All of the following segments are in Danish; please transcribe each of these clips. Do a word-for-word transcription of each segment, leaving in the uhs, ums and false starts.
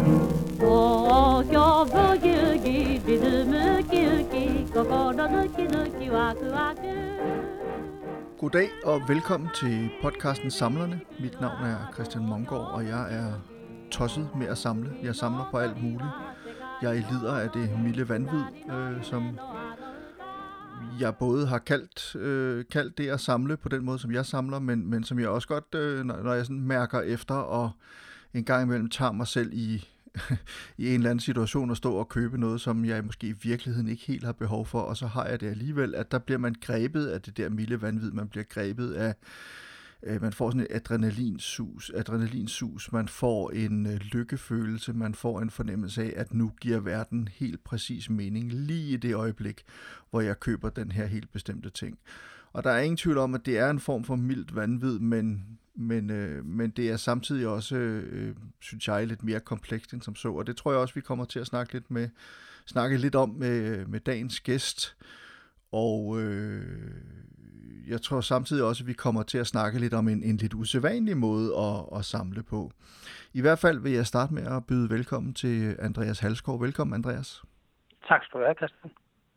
Goddag og velkommen til podcasten Samlerne. Mit navn er Christian Mongård, og jeg er tosset med at samle. Jeg samler på alt muligt. Jeg lider af det milde vanvid, øh, som jeg både har kaldt, øh, kaldt det at samle på den måde, som jeg samler, men, men som jeg også godt, øh, når, når jeg sådan mærker efter og en gang imellem tager mig selv i, i en eller anden situation og stå og købe noget, som jeg måske i virkeligheden ikke helt har behov for, og så har jeg det alligevel, at der bliver man grebet af det der milde vanvid, man bliver grebet af, øh, man får sådan et adrenalinsus, adrenalinsus, man får en øh, lykkefølelse, man får en fornemmelse af, at nu giver verden helt præcis mening, lige i det øjeblik, hvor jeg køber den her helt bestemte ting. Og der er ingen tvivl om, at det er en form for mildt vanvid, men, men, øh, men det er samtidig også, øh, synes jeg, lidt mere komplekst end som så. Og det tror jeg også, vi kommer til at snakke lidt, med, snakke lidt om med, med dagens gæst. Og øh, jeg tror samtidig også, at vi kommer til at snakke lidt om en, en lidt usædvanlig måde at, at samle på. I hvert fald vil jeg starte med at byde velkommen til Andreas Halskov. Velkommen, Andreas. Tak skal du have, Christian.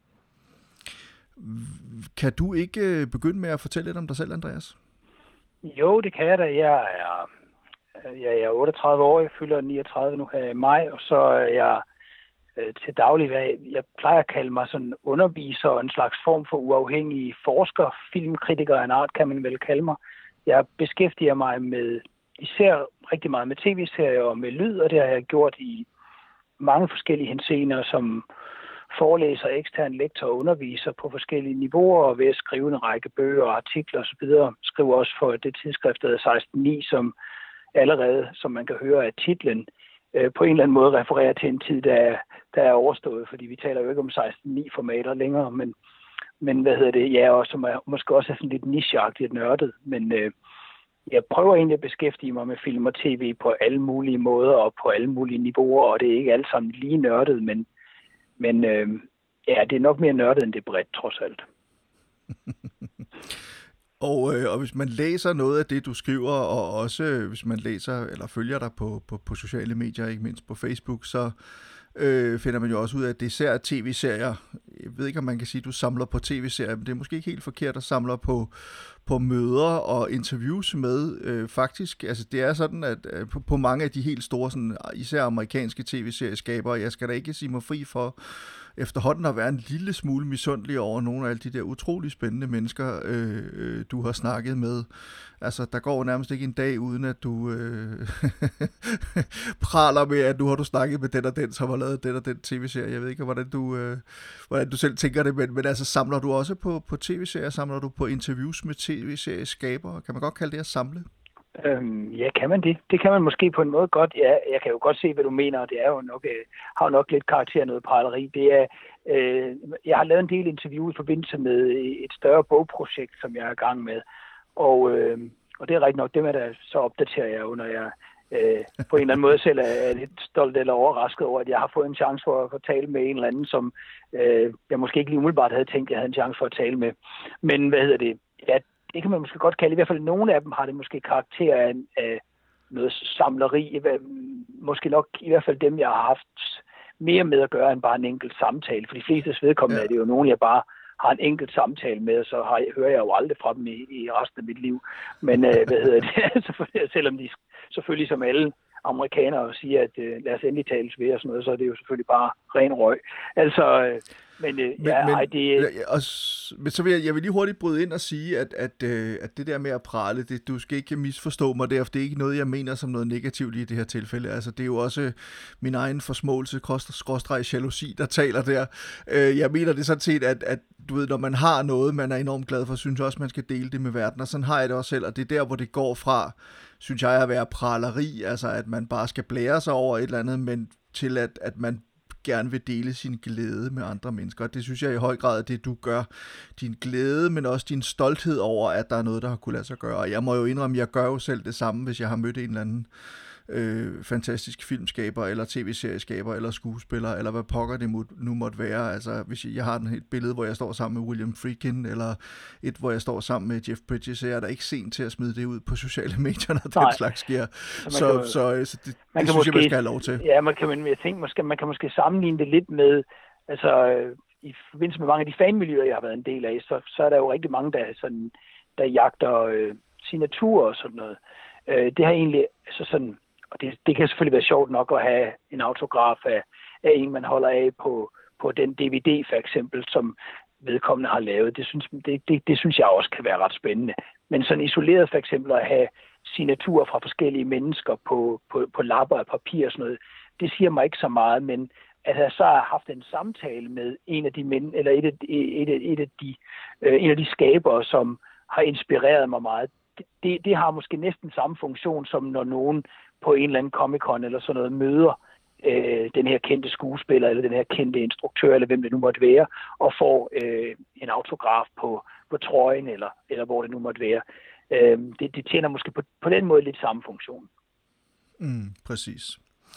Kan du ikke begynde med at fortælle lidt om dig selv, Andreas? Jo, det kan jeg da. Jeg er, jeg er otteogtredive år, jeg fylder niogtredive nu her i maj, og så er jeg øh, til daglig, jeg plejer at kalde mig sådan underviser og en slags form for uafhængig forsker, filmkritiker af en art, kan man vel kalde mig. Jeg beskæftiger mig med især rigtig meget med tv-serier og med lyd, og det har jeg gjort i mange forskellige henseender, som forelæser, ekstern lektor og underviser på forskellige niveauer og ved at skrive en række bøger og artikler osv. Skriver også for det tidsskrift, der hedder seksten ni, som allerede, som man kan høre af titlen, øh, på en eller anden måde refererer til en tid, der er, der er overstået, fordi vi taler jo ikke om seksten ni formater længere, men, men hvad hedder det, ja, og som er måske også er sådan lidt nicheagtigt nørdet, men øh, jeg prøver egentlig at beskæftige mig med film og tv på alle mulige måder og på alle mulige niveauer, og det er ikke alt sammen lige nørdet, men Men øh, ja, det er nok mere nørdet, end det er bredt, trods alt. og, øh, og hvis man læser noget af det, du skriver, og også hvis man læser eller følger dig på, på, på sociale medier, ikke mindst på Facebook, så øh, finder man jo også ud af, at det især er tv-serier. Jeg ved ikke, om man kan sige, at du samler på tv-serier, men det er måske ikke helt forkert at samle på, på møder og interviews med. Øh, faktisk, altså det er sådan, at øh, på, på mange af de helt store, sådan, især amerikanske tv-serieskabere, jeg skal da ikke sige mig fri for efterhånden at være en lille smule misundelig over nogle af alle de der utrolig spændende mennesker, øh, øh, du har snakket med. Altså, der går nærmest ikke en dag, uden at du øh, praler med, at nu har du snakket med den og den, som har lavet den og den tv-serie. Jeg ved ikke, hvordan du, øh, hvordan du selv tænker det, men, men altså, samler du også på, på tv-serier? Samler du på interviews med tv-serieskabere? Kan man godt kalde det at samle? Øhm, ja, kan man det? Det kan man måske på en måde godt. Ja, jeg kan jo godt se, hvad du mener, og det er jo nok, øh, har jo nok lidt karakter af noget praleri. Det er, øh, jeg har lavet en del interview i forbindelse med et større bogprojekt, som jeg er i gang med. Og, øh, og det er rigtig nok, det med, der så opdaterer jeg jo, når jeg øh, på en eller anden måde selv er lidt stolt eller overrasket over, at jeg har fået en chance for at, for at tale med en eller anden, som øh, jeg måske ikke lige umiddelbart havde tænkt, at jeg havde en chance for at tale med. Men hvad hedder det? Ja, det kan man måske godt kalde. I hvert fald nogle af dem har det måske karakter af, af noget samleri. Måske nok i hvert fald dem, jeg har haft mere med at gøre end bare en enkelt samtale. For de flestes vedkommende ja. Er det jo nogen, jeg bare har en enkelt samtale med, så har jeg, hører jeg jo aldrig fra dem i, i resten af mit liv. Men øh, hvad hedder det? Selvom de selvfølgelig som alle amerikanere siger, at øh, lad os endelig tales ved og sådan noget, så er det jo selvfølgelig bare ren røg. Altså, øh, men, øh, men, ja, men, ej, det... Og, men så vil jeg, jeg vil lige hurtigt bryde ind og sige, at, at, øh, at det der med at prale, det, du skal ikke misforstå mig der, for det er ikke noget, jeg mener som noget negativt i det her tilfælde. Altså, det er jo også min egen forsmåelse, skråstreg jalousi, der taler der. Øh, jeg mener det sådan set, at, at du ved, når man har noget, man er enormt glad for, synes også, man skal dele det med verden, og sådan har jeg det også selv, og det er der, hvor det går fra, synes jeg, at være praleri, altså at man bare skal blære sig over et eller andet, men til at, at man gerne vil dele sin glæde med andre mennesker. Det synes jeg i høj grad er det, du gør. Din glæde, men også din stolthed over, at der er noget, der har kunne lade sig gøre. Og jeg må jo indrømme, jeg gør jo selv det samme, hvis jeg har mødt en eller anden øh, fantastisk filmskaber, eller tv-serieskaber, eller skuespiller, eller hvad pokker det må, nu måtte være. Altså, hvis jeg, jeg har et billede, hvor jeg står sammen med William Friedkin, eller et, hvor jeg står sammen med Jeff Bridges, så er der ikke sent til at smide det ud på sociale medier, når den slags sker. Så, så, kan, så, så det, det synes måske, jeg, man skal have lov til. Ja, man kan, jeg tænker, måske, man kan måske sammenligne det lidt med, altså, i forbindelse med mange af de fanmiljøer, jeg har været en del af, så, så er der jo rigtig mange, der, sådan, der jagter øh, signaturer og sådan noget. Øh, det har egentlig, altså sådan, og det, det kan selvfølgelig være sjovt nok at have en autograf af, af en, man holder af på, på den D V D for eksempel, som vedkommende har lavet. Det synes, det, det, det synes jeg også kan være ret spændende. Men sådan isoleret for eksempel at have signaturer fra forskellige mennesker på, på, på lapper af papir og sådan noget, det siger mig ikke så meget, men at jeg så har haft en samtale med en af de mænd, eller et af, et af, et af de, øh, en af de skabere, som har inspireret mig meget, det, det har måske næsten samme funktion, som når nogen på en eller anden Comic-Con eller sådan noget møder øh, den her kendte skuespiller, eller den her kendte instruktør, eller hvem det nu måtte være, og får øh, en autograf på, på trøjen, eller, eller hvor det nu måtte være. Øh, det, det tjener måske på, på den måde lidt samme funktion. Mm, præcis.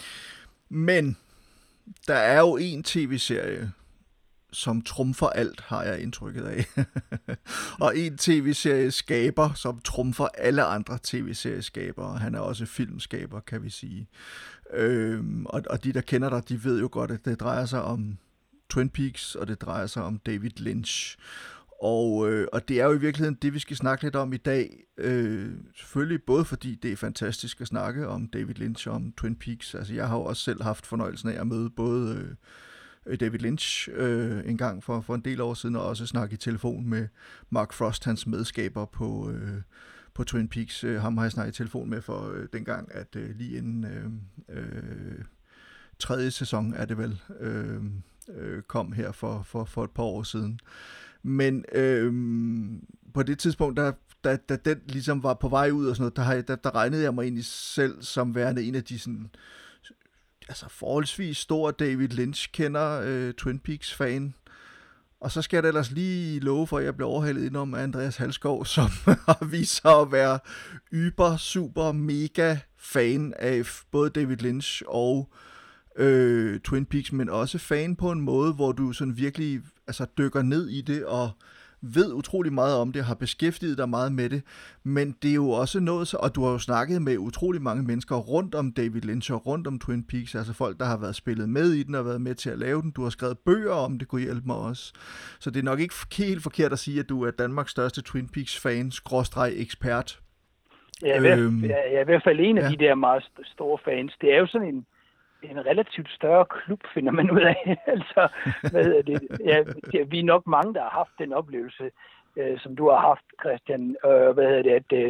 Men der er jo en tv-serie, som trumfer alt, har jeg indtrykket af. Og en tv-serieskaber, som trumfer alle andre tv-serieskabere. Han er også filmskaber, kan vi sige. Øhm, og, og de, der kender dig, de ved jo godt, at det drejer sig om Twin Peaks, og det drejer sig om David Lynch. Og, øh, og det er jo i virkeligheden det, vi skal snakke lidt om i dag. Øh, selvfølgelig både fordi det er fantastisk at snakke om David Lynch og om Twin Peaks. Altså jeg har jo også selv haft fornøjelsen af at møde både øh, David Lynch øh, en gang for, for en del år siden, og også snakke i telefon med Mark Frost, hans medskaber på, øh, på Twin Peaks. Øh, ham har jeg snakket i telefon med for øh, dengang, at øh, lige inden øh, øh, tredje sæson er det vel, øh, øh, kom her for, for, for et par år siden. Men øhm, på det tidspunkt, da, da, da den ligesom var på vej ud og sådan noget, der, har jeg, der, der regnede jeg mig egentlig selv som værende en af de sådan, altså forholdsvis store David Lynch-kender, øh, Twin Peaks-fan. Og så skal jeg da ellers lige love for, at jeg blev overhalet indenom af Andreas Halskov, som har vist sig at være yber, super, mega fan af både David Lynch og øh, Twin Peaks, men også fan på en måde, hvor du sådan virkelig altså, dykker ned i det og ved utrolig meget om det, har beskæftiget dig meget med det, men det er jo også noget, og du har jo snakket med utrolig mange mennesker rundt om David Lynch og rundt om Twin Peaks, altså folk, der har været spillet med i den og været med til at lave den. Du har skrevet bøger om det, kunne hjælpe mig også. Så det er nok ikke helt forkert at sige, at du er Danmarks største Twin Peaks-fan, skråstreg ekspert. Jeg er, øhm, jeg er i hvert fald en af ja. de der meget store fans. Det er jo sådan en en relativt større klub, finder man ud af. altså, hvad er det? Ja, det, vi er nok mange, der har haft den oplevelse, øh, som du har haft, Christian. Øh, hvad hedder det? At, øh,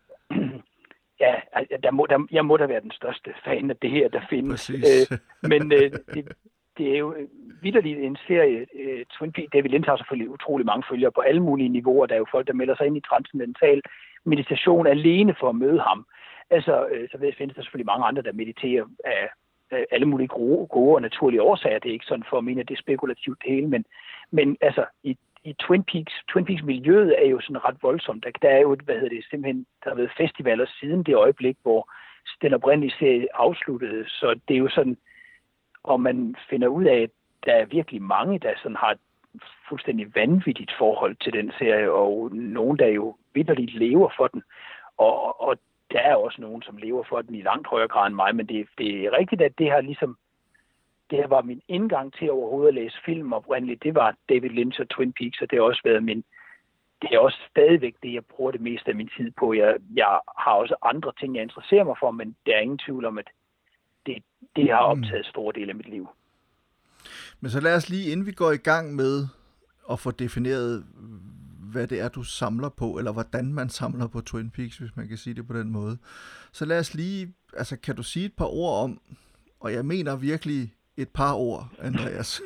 ja, der må, der, jeg må da være den største fan af det her, der findes. Øh, men øh, det, det er jo vitterligt en serie. Øh, Twin Peaks, David Lynch har selvfølgelig utrolig mange følgere på alle mulige niveauer. Der er jo folk, der melder sig ind i transcendental meditation alene for at møde ham. Altså, øh, så ved, findes der selvfølgelig mange andre, der mediterer af alle mulige gode, gode og naturlige årsager. Det er ikke sådan for at mene, at det er spekulativt det hele, men, men altså i, i Twin Peaks, Twin Peaks miljøet er jo sådan ret voldsomt. Der, der er jo, hvad hedder det, simpelthen, der har været festivaler siden det øjeblik, hvor den oprindelige serie afsluttede, så det er jo sådan, og man finder ud af, at der er virkelig mange, der sådan har et fuldstændig vanvittigt forhold til den serie, og nogen, der jo vitterligt lever for den, og, og der er også nogen, som lever for den i langt højere grad end mig, men det, det er rigtigt, at det har ligesom, det her var min indgang til overhovedet at læse film oprindeligt. Det var David Lynch og Twin Peaks, og det har også været min, det er også stadigvæk det, jeg bruger det meste af min tid på. Jeg, jeg har også andre ting, jeg interesserer mig for, men der er ingen tvivl om, at det, det har optaget store dele af mit liv. Men så lad os lige, inden vi går i gang med at få defineret, hvad det er, du samler på, eller hvordan man samler på Twin Peaks, hvis man kan sige det på den måde. Så lad os lige, altså kan du sige et par ord om, og jeg mener virkelig et par ord, Andreas.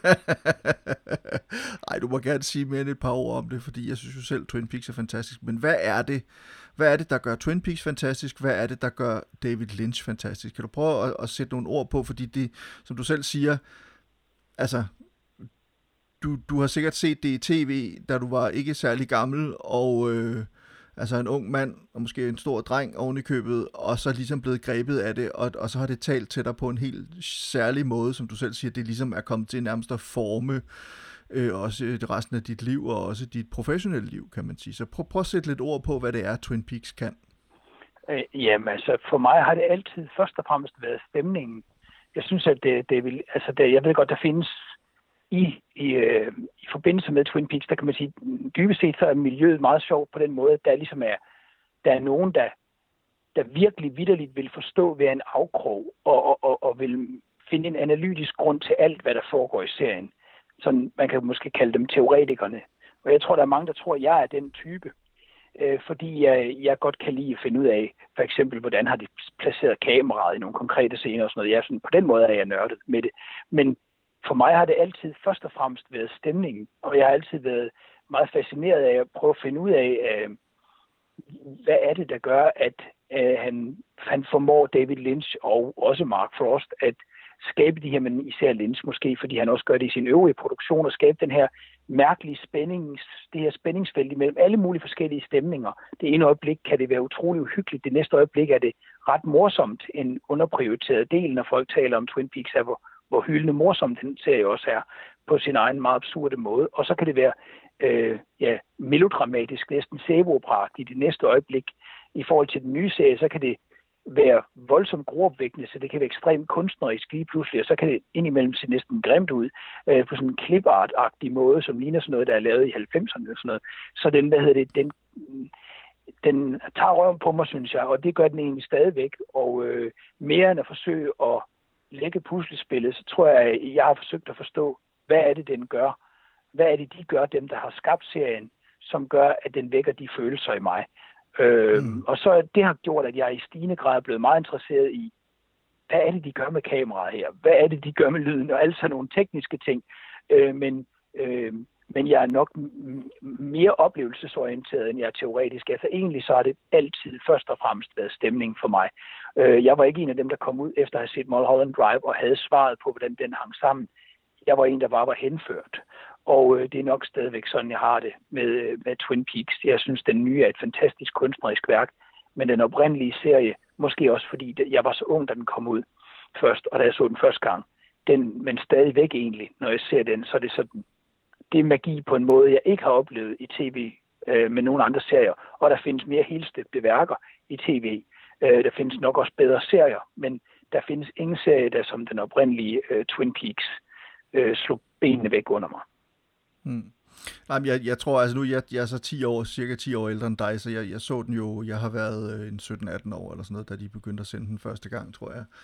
Ej, du må gerne sige mere end et par ord om det, fordi jeg synes jo selv, Twin Peaks er fantastisk. Men hvad er det, hvad er det, der gør Twin Peaks fantastisk? Hvad er det, der gør David Lynch fantastisk? Kan du prøve at, at sætte nogle ord på, fordi det, som du selv siger, altså, Du, du har sikkert set det i tv, da du var ikke særlig gammel, og, øh, Altså en ung mand, og måske en stor dreng oven i købet, og så ligesom blevet grebet af det, og, og så har det talt til dig på en helt særlig måde, som du selv siger, det ligesom er kommet til nærmest at forme øh, også det resten af dit liv, og også dit professionelle liv, kan man sige. Så prøv, prøv at sætte lidt ord på, hvad det er, Twin Peaks kan. Øh, jamen altså, for mig har det altid først og fremmest været stemningen. Jeg synes, at det, det vil, altså det, jeg ved godt, der findes i, i, øh, i forbindelse med Twin Peaks, der kan man sige, dybest set så er miljøet meget sjovt på den måde, at der ligesom er, der er nogen, der, der virkelig vitterligt vil forstå ved en afkrog, og, og, og, og vil finde en analytisk grund til alt, hvad der foregår i serien. Sådan, man kan måske kalde dem teoretikerne. Og jeg tror, der er mange, der tror, at jeg er den type. Øh, fordi jeg, jeg godt kan lide at finde ud af, for eksempel, hvordan har de placeret kameraet i nogle konkrete scener og sådan noget. Jeg er sådan, på den måde er jeg nørdet med det. Men for mig har det altid først og fremmest været stemningen, og jeg har altid været meget fascineret af at prøve at finde ud af, øh, hvad er det, der gør, at øh, han, han formår David Lynch og også Mark Frost at skabe de her, men især Lynch måske, fordi han også gør det i sin øvrige produktion, og skabe den her mærkelige spændings, det her spændingsfelt imellem alle mulige forskellige stemninger. Det ene øjeblik kan det være utrolig uhyggeligt, det næste øjeblik er det ret morsomt, en underprioriteret del, når folk taler om Twin Peaks, er hvor, hvor hyldende morsomt den serie også er, på sin egen meget absurde måde. Og så kan det være øh, ja, melodramatisk, næsten sæbeopera i det næste øjeblik. I forhold til den nye serie, så kan det være voldsomt gruopvækkende, så det kan være ekstremt kunstnerisk lige pludselig, og så kan det indimellem se næsten grimt ud øh, på sådan en clipart-agtig måde, som ligner sådan noget, der er lavet i halvfemserne og sådan noget. Så den, hvad hedder det, den, den tager røven på mig, synes jeg, og det gør den egentlig stadigvæk. Og øh, mere end at forsøge at lægge puslespillet, så tror jeg, at jeg har forsøgt at forstå, hvad er det, den gør? Hvad er det, de gør, dem, der har skabt serien, som gør, at den vækker de følelser i mig? Øh, mm. Og så det har gjort, at jeg i stigende grad er blevet meget interesseret i, hvad er det, de gør med kameraet her? Hvad er det, de gør med lyden? Og altså nogle tekniske ting. Øh, men, øh, men jeg er nok m- mere oplevelsesorienteret, end jeg er teoretisk. Altså egentlig så har det altid først og fremmest været stemning for mig. Øh, jeg var ikke en af dem, der kom ud efter at have set Mulholland Drive og havde svaret på, hvordan den hang sammen. Jeg var en, der bare var henført. Og øh, det er nok stadigvæk sådan, jeg har det med, med Twin Peaks. Jeg synes, den nye er et fantastisk kunstnerisk værk, men den oprindelige serie, måske også fordi det, jeg var så ung, da den kom ud først, og da jeg så den første gang, den, men stadigvæk egentlig, når jeg ser den, så er det sådan, det er magi på en måde, jeg ikke har oplevet i tv øh, med nogle andre serier, og der findes mere helstøbte værker i tv. Øh, der findes nok også bedre serier, men der findes ingen serie, der som den oprindelige øh, Twin Peaks øh, slog benene væk under mig. Hmm. Nej, jeg, jeg tror, altså nu, jeg, jeg er så ti år, cirka ti år ældre end dig, så jeg, jeg så den jo, jeg har været en sytten atten år eller sådan noget, da de begyndte at sende den første gang, tror jeg,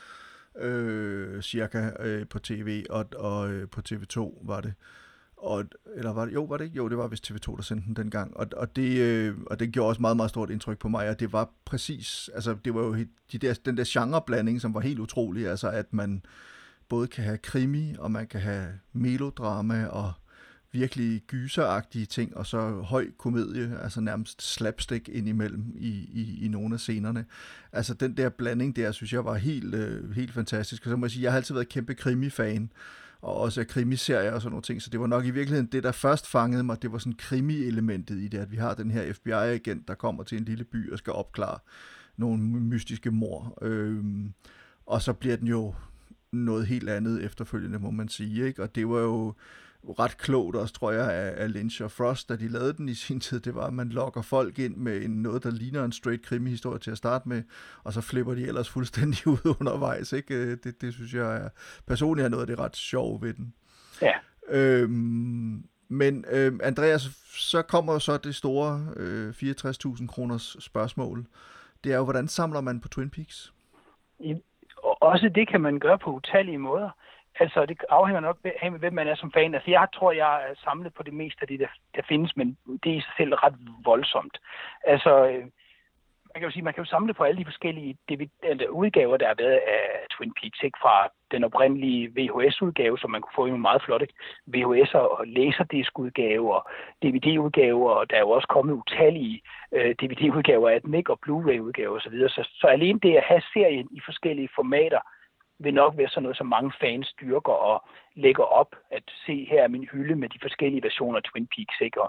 øh, cirka øh, på tv, og, og øh, på T V to var det, og, eller var det, jo, var det ikke? Jo, det var vist T V to, der sendte den dengang, og, og, det, øh, og det gjorde også meget, meget stort indtryk på mig, og det var præcis, altså det var jo de der, den der genreblanding, som var helt utrolig, altså at man både kan have krimi, og man kan have melodrama, og virkelig gyseragtige ting, og så høj komedie, altså nærmest slapstick indimellem i, i, i nogle af scenerne. Altså den der blanding der, synes jeg var helt, øh, helt fantastisk. Og så må jeg sige, jeg har altid været kæmpe krimi-fan, og også krimiserier og sådan nogle ting, så det var nok i virkeligheden det, der først fangede mig, det var sådan krimi-elementet i det, at vi har den her F B I-agent, der kommer til en lille by og skal opklare nogle mystiske mord. Øhm, og så bliver den jo noget helt andet efterfølgende, må man sige, ikke? Og det var jo ret klogt også, tror jeg, af Lynch og Frost, da de lavede den i sin tid, det var, at man lokker folk ind med en, noget, der ligner en straight krimi-historie til at starte med, og så flipper de ellers fuldstændig ud undervejs, ikke? Det, det synes jeg er, personligt er noget af det ret sjov ved den. Ja. Øhm, men øhm, Andreas, så kommer så det store øh, fireogtres tusind kroners spørgsmål. Det er jo, hvordan samler man på Twin Peaks? I, og også det kan man gøre på utallige måder. Altså, det afhænger nok af, hvem man er som fan. Altså, jeg tror, jeg er samlet på det meste af det, der, der findes, men det er i sig selv ret voldsomt. Altså, man kan jo sige, man kan jo samle på alle de forskellige D V D udgaver, der har været af Twin Peaks, ikke? Fra den oprindelige V H S-udgave, som man kunne få i nogle meget flotte V H S'er og laserdisc-udgaver og D V D-udgaver, og der er jo også kommet utallige øh, D V D-udgaver af den, ikke? Og Blu-ray-udgaver osv. Så, så, så alene det at have serien i forskellige formater, vil nok være sådan noget, som mange fans dyrker og lægger op, at se, her er min hylde med de forskellige versioner af Twin Peaks, ikke? Og,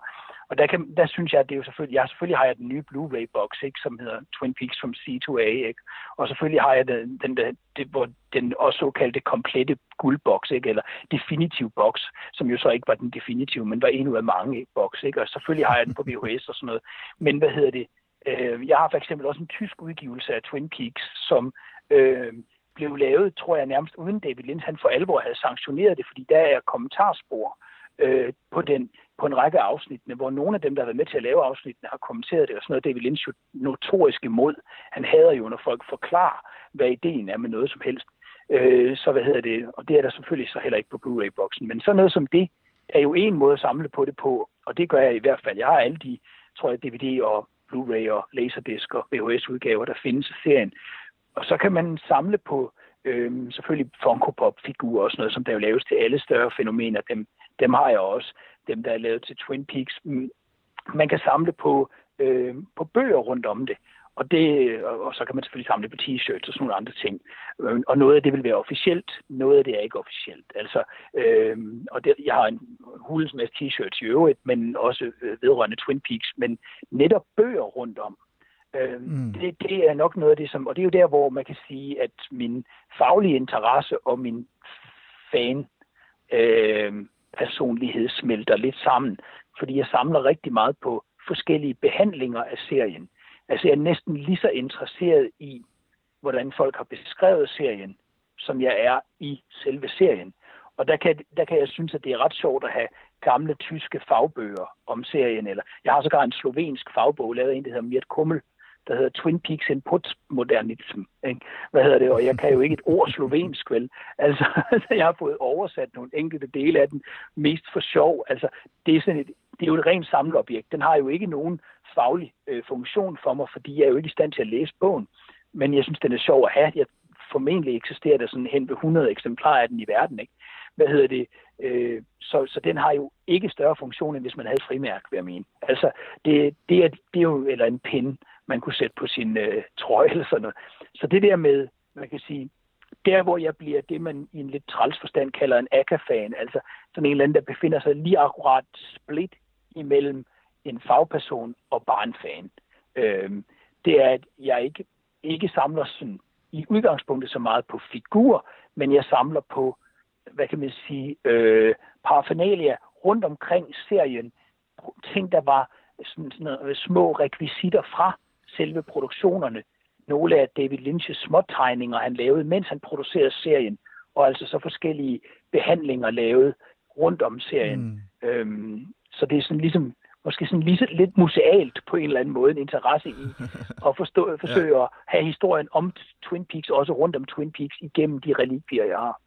Og der, kan, der synes jeg, at det er jo selvfølgelig, jeg selvfølgelig har jeg den nye Blu-ray-box, ikke, som hedder Twin Peaks from C to A, ikke? Og selvfølgelig har jeg den, den, den, den, hvor den også såkaldte komplette guldboks, ikke, eller definitive box, som jo så ikke var den definitive, men var en ud af mange boks, ikke? Og selvfølgelig har jeg den på V H S og sådan noget. Men hvad hedder det? Øh, jeg har for eksempel også en tysk udgivelse af Twin Peaks, som øh, blev lavet, tror jeg, nærmest uden David Lynch. Han for alvor havde sanktioneret det, fordi der er kommentarspor øh, på, den, på en række afsnittene, hvor nogle af dem, der har været med til at lave afsnittene, har kommenteret det, og sådan noget David Lynch jo notorisk imod. Han hader jo, når folk forklarer, hvad ideen er med noget som helst. Øh, så hvad hedder det? Og det er der selvfølgelig så heller ikke på Blu-ray-boksen. Men sådan noget som det er jo en måde at samle på det på, og det gør jeg i hvert fald. Jeg har alle de, tror jeg, D V D og Blu-ray og Laserdisc og V H S-udgaver, der findes af serien. Og så kan man samle på øh, selvfølgelig Funko Pop-figurer og sådan noget, som der jo laves til alle større fænomener. Dem, dem har jeg også. Dem, der er lavet til Twin Peaks. Man kan samle på, øh, på bøger rundt om det. Og, det, og så kan man selvfølgelig samle på t-shirts og sådan nogle andre ting. Og noget af det vil være officielt, noget af det er ikke officielt. Altså, øh, og det, jeg har en hulens masse t-shirts i øvrigt, men også øh, vedrørende Twin Peaks, men netop bøger rundt om. Øh, mm. det, det er nok noget af det, som, og det er jo der, hvor man kan sige, at min faglige interesse og min fan øh, personlighed smelter lidt sammen, fordi jeg samler rigtig meget på forskellige behandlinger af serien. Altså jeg er næsten lige så interesseret i, hvordan folk har beskrevet serien, som jeg er i selve serien. Og der kan, der kan jeg synes, at det er ret sjovt at have gamle tyske fagbøger om serien. Eller jeg har sågar en slovensk fagbog, lavet en, der hedder Mirt Kummel, der hedder Twin Peaks in Postmodernism. Ikke? Hvad hedder det? Og jeg kan jo ikke et ord slovensk, vel? Altså, jeg har fået oversat nogle enkelte dele af den, mest for sjov. Altså, det er, sådan et, det er jo et rent samleobjekt. Den har jo ikke nogen faglig øh, funktion for mig, fordi jeg er jo ikke i stand til at læse bogen. Men jeg synes, den er sjov at have. Jeg formentlig eksisterer der sådan hen ved hundrede eksemplarer af den i verden, ikke? Hvad hedder det? Øh, så, så den har jo ikke større funktion, end hvis man havde et frimærke, vil jeg mene. Altså, det, det, er, det er jo, eller en pinde, man kunne sætte på sin øh, trøje eller sådan noget. Så det der med, man kan sige, der hvor jeg bliver det, man i en lidt træls forstand kalder en A K A-fan, altså sådan en eller anden, der befinder sig lige akkurat split imellem en fagperson og bare en fan. Øh, det er, at jeg ikke, ikke samler sådan i udgangspunktet så meget på figurer, men jeg samler på, hvad kan man sige, øh, paraphernalia rundt omkring serien. Ting, der var sådan, sådan små rekvisitter fra selve produktionerne. Nogle af David Lynch's småtegninger, han lavede, mens han producerede serien, og altså så forskellige behandlinger lavet rundt om serien. Mm. Øhm, så det er sådan ligesom, måske sådan lige lidt musealt på en eller anden måde, en interesse i at forstå, forsøge ja. at have historien om Twin Peaks, også rundt om Twin Peaks, igennem de relikvier, jeg har.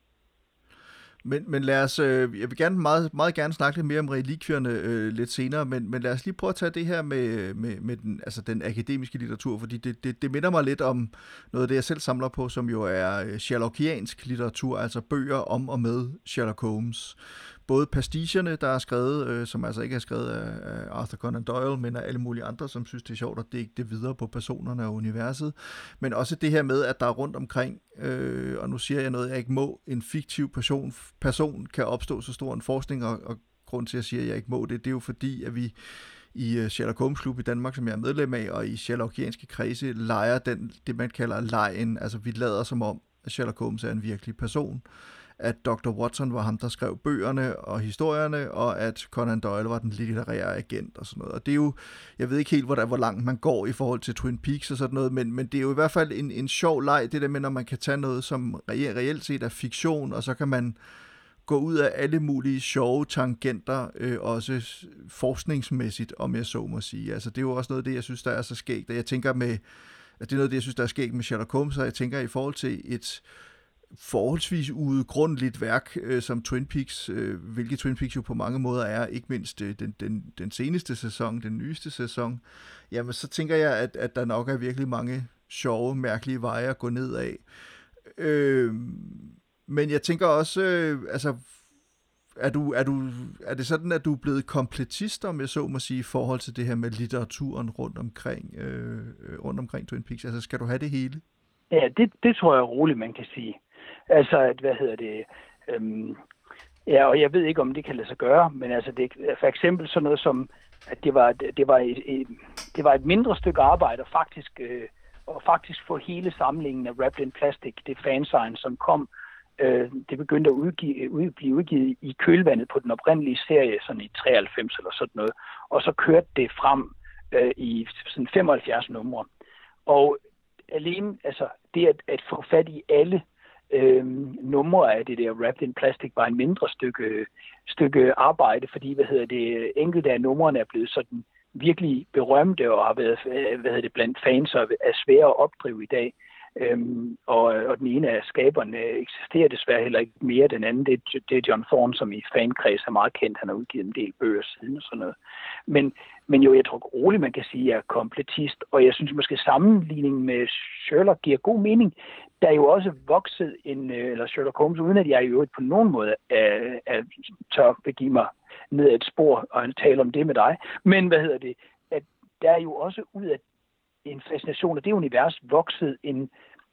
Men, men lad os, øh, jeg vil gerne meget, meget gerne snakke lidt mere om relikvierne øh, lidt senere, men, men lad os lige prøve at tage det her med, med, med den, altså den akademiske litteratur, fordi det, det, det minder mig lidt om noget af det, jeg selv samler på, som jo er Sherlockiansk litteratur, altså bøger om og med Sherlock Holmes. Både pasticherne, der er skrevet, øh, som altså ikke er skrevet af, af Arthur Conan Doyle, men af alle mulige andre, som synes, det er sjovt at dække det videre på personerne og universet. Men også det her med, at der er rundt omkring, øh, og nu siger jeg noget, jeg ikke må, en fiktiv person, person kan opstå så stor en forskning, og, og grund til, at jeg siger, at jeg ikke må det, det er jo fordi, at vi i Sherlock Holmes Klub i Danmark, som jeg er medlem af, og i Sherlockianske kredse, leger den, det man kalder lejen. Altså vi lader som om, at Sherlock Holmes er en virkelig person, at doktor Watson var ham, der skrev bøgerne og historierne, og at Conan Doyle var den litterære agent og sådan noget. Og det er jo, jeg ved ikke helt, hvor, der, hvor langt man går i forhold til Twin Peaks og sådan noget, men, men det er jo i hvert fald en, en sjov leg, det der med, når man kan tage noget, som reelt, reelt set er fiktion, og så kan man gå ud af alle mulige sjove tangenter, øh, også forskningsmæssigt, om jeg så må sige. Altså det er jo også noget af det, jeg synes, der er så skægt, og jeg tænker med, at det er noget af det, jeg synes, der er skægt med Sherlock Holmes, og jeg tænker i forhold til et forholdsvis uudgrundeligt værk, øh, som Twin Peaks, øh, hvilket Twin Peaks jo på mange måder er, ikke mindst øh, den, den, den seneste sæson, den nyeste sæson, jamen så tænker jeg, at, at der nok er virkelig mange sjove, mærkelige veje at gå ned af. Øh, men jeg tænker også, øh, altså, er, du, er, du, er det sådan, at du er blevet kompletist, om jeg så må sige, i forhold til det her med litteraturen rundt omkring, øh, rundt omkring Twin Peaks? Altså, skal du have det hele? Ja, det, det tror jeg roligt, man kan sige. Altså, at, hvad hedder det, øhm, ja, og jeg ved ikke, om det kan lade sig gøre, men altså, det, for eksempel sådan noget som, at det var, det var, et, et, det var et mindre stykke arbejde, og faktisk, øh, og faktisk få hele samlingen af Wrapped in Plastic, det fansign, som kom, øh, det begyndte at udgive, ud, blive udgivet i kølvandet på den oprindelige serie, sådan i treoghalvfems eller sådan noget, og så kørte det frem øh, i sådan femoghalvfjerds numre. Og alene, altså det at, at få fat i alle øh, numre af det der Wrapped in Plastic var en mindre stykke, stykke arbejde, fordi, hvad hedder det, enkelte af numrene er blevet sådan virkelig berømte og har været, hvad hedder det, blandt fans og er svære at opdrive i dag. Øhm, og, og den ene af skaberne eksisterer desværre heller ikke mere. Den anden, det, det er John Thorne, som i fankreds er meget kendt. Han har udgivet en del bøger siden og sådan noget. Men, men jo, jeg tror roligt, man kan sige, at jeg er kompletist. Og jeg synes måske sammenligningen med Sherlock giver god mening. Der er jo også vokset en, eller Sherlock Holmes, uden at jeg jo på nogen måde er, er, tør begive mig ned ad et spor og tale om det med dig. Men hvad hedder det? At der er jo også ud af en fascination af det univers vokset en,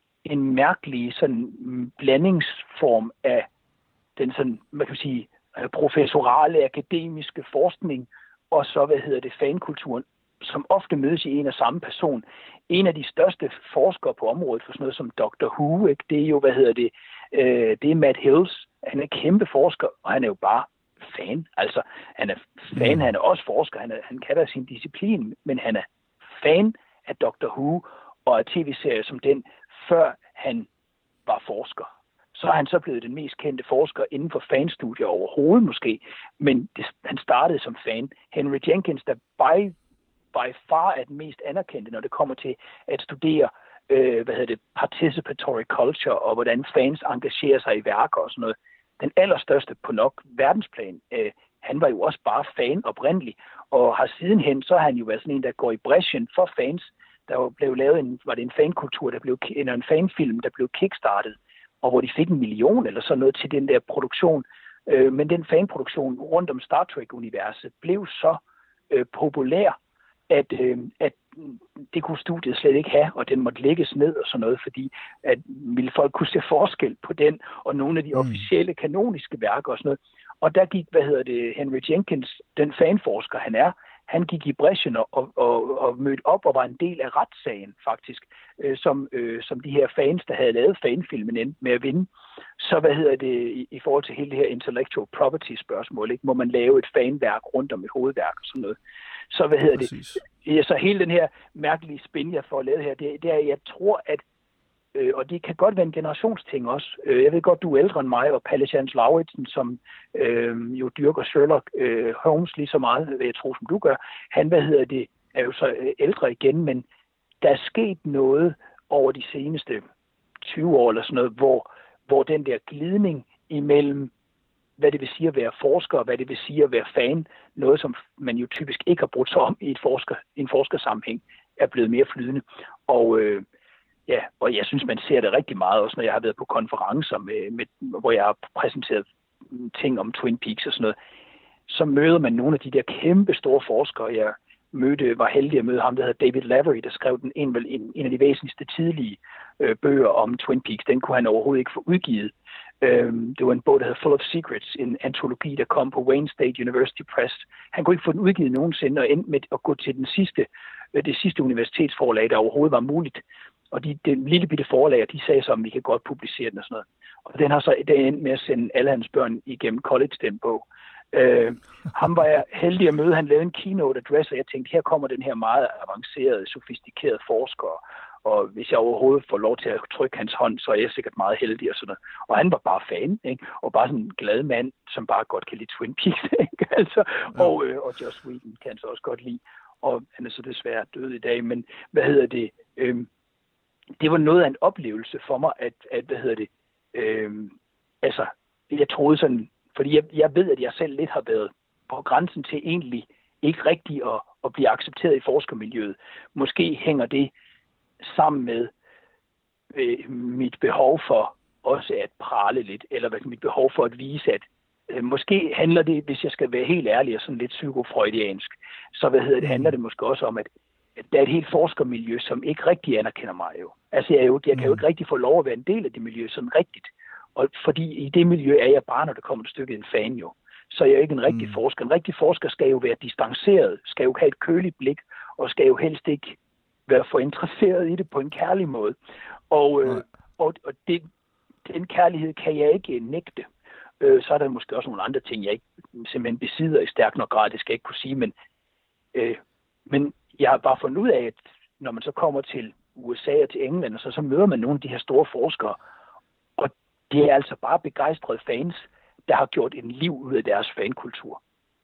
en mærkelig sådan blandingsform af den sådan, man kan sige, professorale akademiske forskning og så, hvad hedder det, fankulturen, som ofte mødes i en og samme person. En af de største forskere på området for sådan noget som doktor Who, ikke? Det er jo, hvad hedder det, øh, det er Matt Hills. Han er kæmpe forsker, og han er jo bare fan. Altså, han er fan, han er også forsker, han, er, han kan da sin disciplin, men han er fan af doktor Who og af tv-serier som den, før han var forsker. Så er han så blevet den mest kendte forsker inden for fanstudier overhovedet måske, men det, han startede som fan. Henry Jenkins, der by, by far er den mest anerkendte, når det kommer til at studere øh, hvad hedder det, participatory culture og hvordan fans engagerer sig i værker og sådan noget. Den allerstørste på nok verdensplan, øh, han var jo også bare fan oprindelig, og har sidenhen, så har han jo været sådan en, der går i bræschen for fans. Der blev lavet en, var det en fankultur, der blev, eller en fanfilm, der blev kickstartet, og hvor de fik en million eller sådan noget til den der produktion. Øh, men den fanproduktion rundt om Star Trek-universet blev så øh, populær, at, øh, at det kunne studiet slet ikke have, og den måtte lægges ned og sådan noget, fordi at ville folk kunne se forskel på den og nogle af de mm. officielle kanoniske værker og sådan noget. Og der gik, hvad hedder det, Henry Jenkins, den fanforsker han er, han gik i bræschen og, og, og mødte op og var en del af retssagen faktisk, øh, som, øh, som de her fans, der havde lavet fanfilmen, endte med at vinde. Så hvad hedder det i, i forhold til hele det her intellectual property spørgsmål, ikke? Må man lave et fanværk rundt om et hovedværk og sådan noget. Så hvad hedder Præcis. det? Ja, så hele den her mærkelige spin, jeg får lavet her, det, det er, jeg tror, at Øh, og det kan godt være en generationsting også. Øh, jeg ved godt, du er ældre end mig, og Palle Chance Lauritsen, som øh, jo dyrker Sherlock øh, Holmes lige så meget, jeg tror, som du gør, han, hvad hedder det, er jo så ældre igen, men der er sket noget over de seneste tyve år eller sådan noget, hvor, hvor den der glidning imellem, hvad det vil sige at være forsker, og hvad det vil sige at være fan, noget som man jo typisk ikke har brugt sig om i et forsker, en forskersammenhæng, er blevet mere flydende. Og øh, Ja, og jeg synes, man ser det rigtig meget, også når jeg har været på konferencer, med, med, hvor jeg har præsenteret ting om Twin Peaks og sådan noget. Så møder man nogle af de der kæmpe store forskere. Jeg mødte, var heldig at møde ham, der hedder David Lavery, der skrev den en, en, en af de væsentligste tidlige øh, bøger om Twin Peaks. Den kunne han overhovedet ikke få udgivet. Øhm, det var en bog, der hedder Full of Secrets, en antologi, der kom på Wayne State University Press. Han kunne ikke få den udgivet nogensinde, og endte med at gå til den sidste, øh, det sidste universitetsforlag, der overhovedet var muligt. Og de, det lille bitte forlag, de sagde så, om vi kan godt publicere den og sådan noget. Og den har så den endt med at sende alle hans børn igennem college, den bog. Øh, ham var jeg heldig at møde. Han lavede en keynote address, og jeg tænkte, her kommer den her meget avancerede, sofistikerede forsker. Og hvis jeg overhovedet får lov til at trykke hans hånd, så er jeg sikkert meget heldig og sådan noget. Og han var bare fan, ikke? Og bare sådan en glad mand, som bare godt kan lide Twin Peaks, ikke? Altså, ja. og, øh, og Joss Whedon kan han så også godt lide. Og han er så desværre død i dag, men hvad hedder det? Øh, Det var noget af en oplevelse for mig, at, at hvad hedder det, øh, altså, jeg troede sådan, fordi jeg, jeg ved, at jeg selv lidt har været på grænsen til egentlig ikke rigtig at, at blive accepteret i forskermiljøet. Måske hænger det sammen med øh, mit behov for også at prale lidt, eller hvad, mit behov for at vise, at øh, måske handler det, hvis jeg skal være helt ærlig og sådan lidt psykofreudiansk, så hvad hedder det, handler det måske også om, at der er et helt forskermiljø, som ikke rigtig anerkender mig jo. Altså jeg, jo, jeg kan jo ikke rigtig få lov at være en del af det miljø sådan rigtigt. Og fordi i det miljø er jeg bare, når det kommer et stykke en fan jo. så er jeg ikke en rigtig mm. forsker. En rigtig forsker skal jo være distanceret, skal jo have et køligt blik, og skal jo helst ikke være for interesseret i det på en kærlig måde. Og, øh, og, og det, den kærlighed kan jeg ikke nægte. Øh, så er der måske også nogle andre ting, jeg ikke simpelthen besidder i stærk nok grad, det skal jeg ikke kunne sige, men, øh, men jeg har bare fundet ud af, at når man så kommer til U S A og til England, så, så møder man nogle af de her store forskere, og det er altså bare begejstrede fans, der har gjort en liv ud af deres fankultur.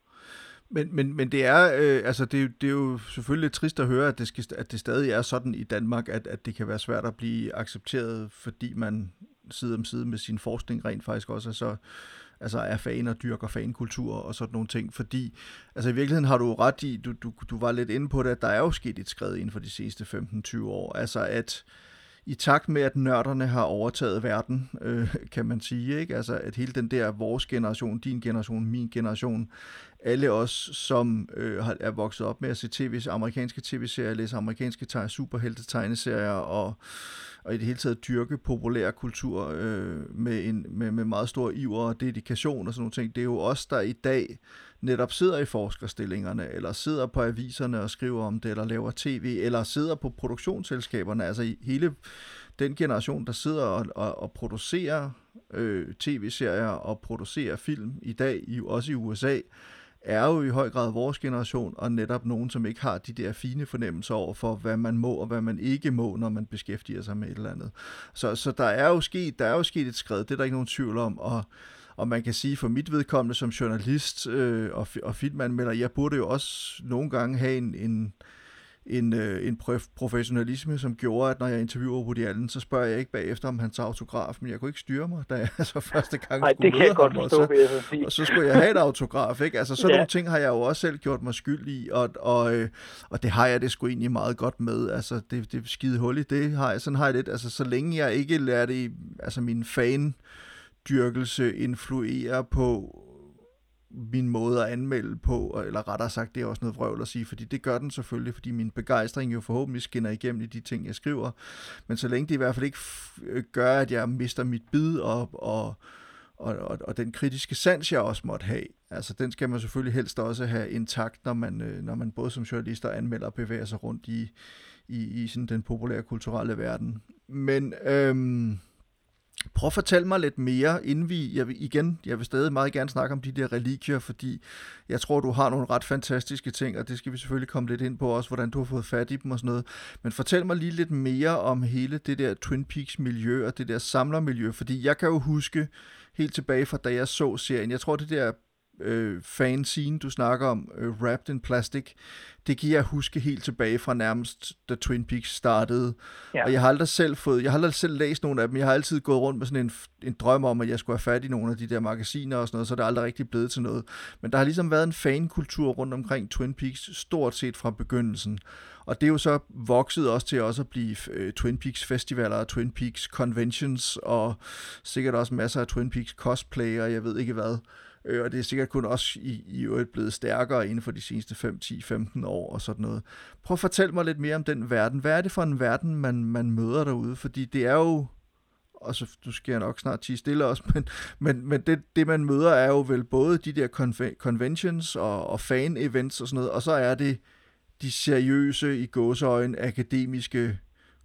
Men, men, men det er øh, altså det, det er jo selvfølgelig trist at høre, at det, skal, at det stadig er sådan i Danmark, at, at det kan være svært at blive accepteret, fordi man side om side med sin forskning rent faktisk også er så altså er fan og dyrker fankultur og sådan nogle ting, fordi altså i virkeligheden har du ret i, du, du, du var lidt inde på det, at der er jo sket et skred inden for de seneste femten til tyve år, altså at i takt med, at nørderne har overtaget verden, øh, kan man sige, ikke? Altså, at hele den der vores generation, din generation, min generation, alle os, som øh, er vokset op med at se tv, amerikanske tv-serier, læse amerikanske teg- superhelte-tegneserier og, og i det hele taget dyrke populær kultur øh, med, en, med, med meget stor iver og dedikation og sådan nogle ting. Det er jo os, der i dag netop sidder i forskerstillingerne, eller sidder på aviserne og skriver om det, eller laver tv, eller sidder på produktionsselskaberne, altså i hele den generation, der sidder og, og, og producerer øh, tv-serier og producerer film i dag, i, også i U S A, er jo i høj grad vores generation, og netop nogen, som ikke har de der fine fornemmelser over for, hvad man må og hvad man ikke må, når man beskæftiger sig med et eller andet. Så, så der er jo sket, der er jo sket et skred, det er der ikke nogen tvivl om, og Og man kan sige, for mit vedkommende som journalist øh, og, og filmanmelder, jeg burde jo også nogle gange have en, en, en, øh, en professionalisme, som gjorde, at når jeg interviewer Woody Allen, så spørger jeg ikke bagefter om hans autograf, men jeg kunne ikke styre mig, da jeg altså første gang Ej, skulle det kan jeg godt ham, forstå, og, så, sige. og så skulle jeg have et autograf, ikke? Altså sådan ja. nogle ting har jeg jo også selv gjort mig skyld i, og, og, øh, og det har jeg det sgu egentlig meget godt med, altså det, det er skide hul i det, har jeg, sådan har jeg lidt, altså så længe jeg ikke lærer det, altså min fan dyrkelse influerer på min måde at anmelde på, eller rettere sagt, det er også noget vrøvl at sige, fordi det gør den selvfølgelig, fordi min begejstring jo forhåbentlig skinner igennem i de ting, jeg skriver, men så længe det i hvert fald ikke f- gør, at jeg mister mit bid og, og, og, og, og den kritiske sans, jeg også måtte have, altså den skal man selvfølgelig helst også have intakt, når man, når man både som journalist og anmelder bevæger sig rundt i, i, i sådan den populære kulturelle verden. Men øhm, prøv at fortælle mig lidt mere, inden vi, jeg vil, igen, jeg vil stadig meget gerne snakke om de der religier, fordi jeg tror, du har nogle ret fantastiske ting, og det skal vi selvfølgelig komme lidt ind på også, hvordan du har fået fat i dem og sådan noget. Men fortæl mig lige lidt mere om hele det der Twin Peaks miljø og det der samlermiljø, fordi jeg kan jo huske helt tilbage fra da jeg så serien, jeg tror det der øh, fanscene, du snakker om, øh, Wrapped in Plastic, det kan jeg huske helt tilbage fra nærmest, da Twin Peaks startede. Ja. Og jeg har aldrig selv fået, jeg har aldrig selv læst nogle af dem, jeg har altid gået rundt med sådan en, en drøm om, at jeg skulle have fat i nogle af de der magasiner og sådan noget, så det er aldrig rigtig blevet til noget. Men der har ligesom været en fankultur rundt omkring Twin Peaks, stort set fra begyndelsen. Og det er jo så vokset også til også at blive øh, Twin Peaks festivaler og Twin Peaks conventions, og sikkert også masser af Twin Peaks cosplay, og jeg ved ikke hvad. Og det er sikkert kun også i, i øvrigt blevet stærkere inden for de seneste fem, ti, femten år og sådan noget. Prøv at fortælle mig lidt mere om den verden. Hvad er det for en verden, man, man møder derude? Fordi det er jo, og så du skal jeg nok snart tie stille også, men, men, men det, det man møder er jo vel både de der conve- conventions og, og fan-events og sådan noget, og så er det de seriøse, i gåseøjne, akademiske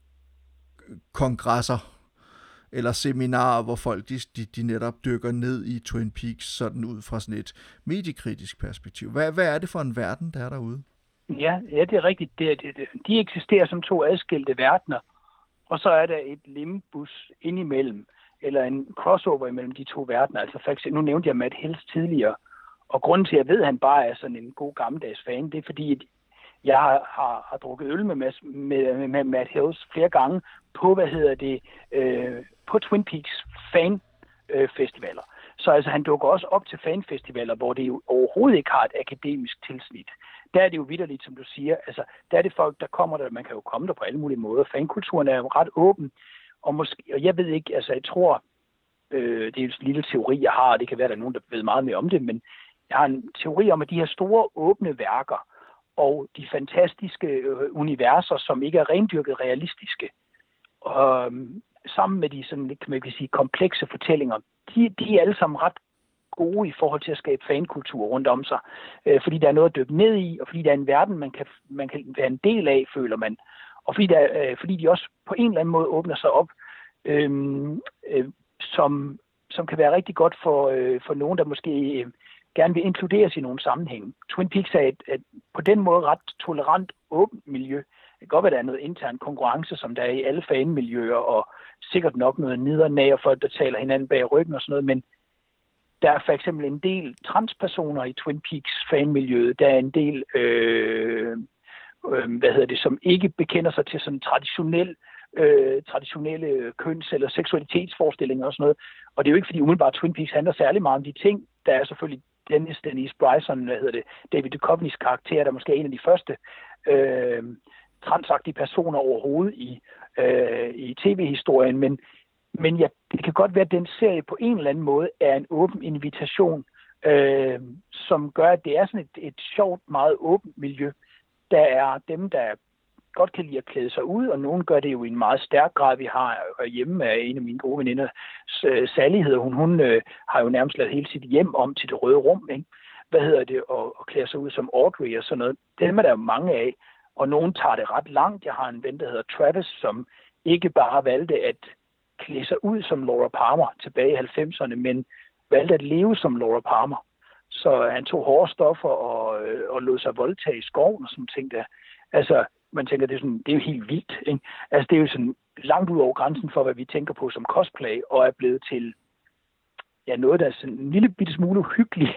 kongresser eller seminarer, hvor folk de, de, de netop dykker ned i Twin Peaks sådan ud fra sådan et mediekritisk perspektiv. Hvad, hvad er det for en verden, der er derude? Ja, ja det er rigtigt. Det, det, det. De eksisterer som to adskilte verdener, og så er der et limbus indimellem, eller en crossover imellem de to verdener. Altså for eksempel, nu nævnte jeg Matt Hills tidligere, og grunden til, at jeg ved, at han bare er sådan en god gammeldags fan, det er fordi, jeg har, har, har drukket øl med, med, med Matt Hills flere gange på, hvad hedder det, øh, på Twin Peaks fanfestivaler. Øh, så altså, han dukker også op til fanfestivaler, hvor det jo overhovedet ikke har et akademisk tilsnit. Der er det jo vitterligt, som du siger. Altså, der er det folk, der kommer der. Man kan jo komme der på alle mulige måder. Fankulturen er jo ret åben. Og, måske, og jeg ved ikke, altså jeg tror, øh, det er en lille teori, jeg har, og det kan være, der er nogen, der ved meget mere om det, men jeg har en teori om, at de her store åbne værker, og de fantastiske øh, universer, som ikke er rendyrket realistiske, og, øh, sammen med de sådan, kan man sige, komplekse fortællinger, de, de er alle sammen ret gode i forhold til at skabe fankultur rundt om sig. Øh, fordi der er noget at dykke ned i, og fordi der er en verden, man kan, man kan være en del af, føler man. Og fordi, der, øh, fordi de også på en eller anden måde åbner sig op, øh, øh, som, som kan være rigtig godt for, øh, for nogen, der måske øh, gerne vil inkluderes i nogle sammenhænge. Twin Peaks er et, et på den måde ret tolerant, åbent miljø. Det kan godt være, at der er noget intern konkurrence, som der er i alle fanmiljøer, og sikkert nok noget nidernag og folk, der taler hinanden bag ryggen og sådan noget, men der er for eksempel en del transpersoner i Twin Peaks fanmiljøet. Der er en del, øh, øh, hvad hedder det, som ikke bekender sig til sådan traditionel, øh, traditionelle køns- eller seksualitetsforestillinger og sådan noget. Og det er jo ikke, fordi umiddelbart Twin Peaks handler særlig meget om de ting. Der er selvfølgelig Dennis, Denise Bryson, hvad hedder det, David Duchovnys karakter, der måske er en af de første øh, transagtige personer overhovedet i, øh, i tv-historien, men Men ja, det kan godt være, at den serie på en eller anden måde er en åben invitation, øh, som gør, at det er sådan et, et sjovt, meget åbent miljø. Der er dem, der godt kan lide at klæde sig ud, og nogen gør det jo i en meget stærk grad. Vi har hjemme med en af mine gode veninder, Sally hedder hun, hun øh, har jo nærmest lavet hele sit hjem om til det røde rum, ikke? Hvad hedder det, og, og klæder sig ud som Audrey og sådan noget. Dem er der jo mange af, og nogen tager det ret langt. Jeg har en ven, der hedder Travis, som ikke bare valgte at klæde sig ud som Laura Palmer tilbage i halvfemserne, men valgte at leve som Laura Palmer. Så han tog hårde stoffer og, øh, og lod sig voldtage i skoven og sådan ting der. Altså, man tænker, det er, sådan, det er jo helt vildt, ikke? Altså, det er jo sådan langt ud over grænsen for, hvad vi tænker på som cosplay, og er blevet til ja, noget, der er sådan en lille bitte smule uhyggeligt,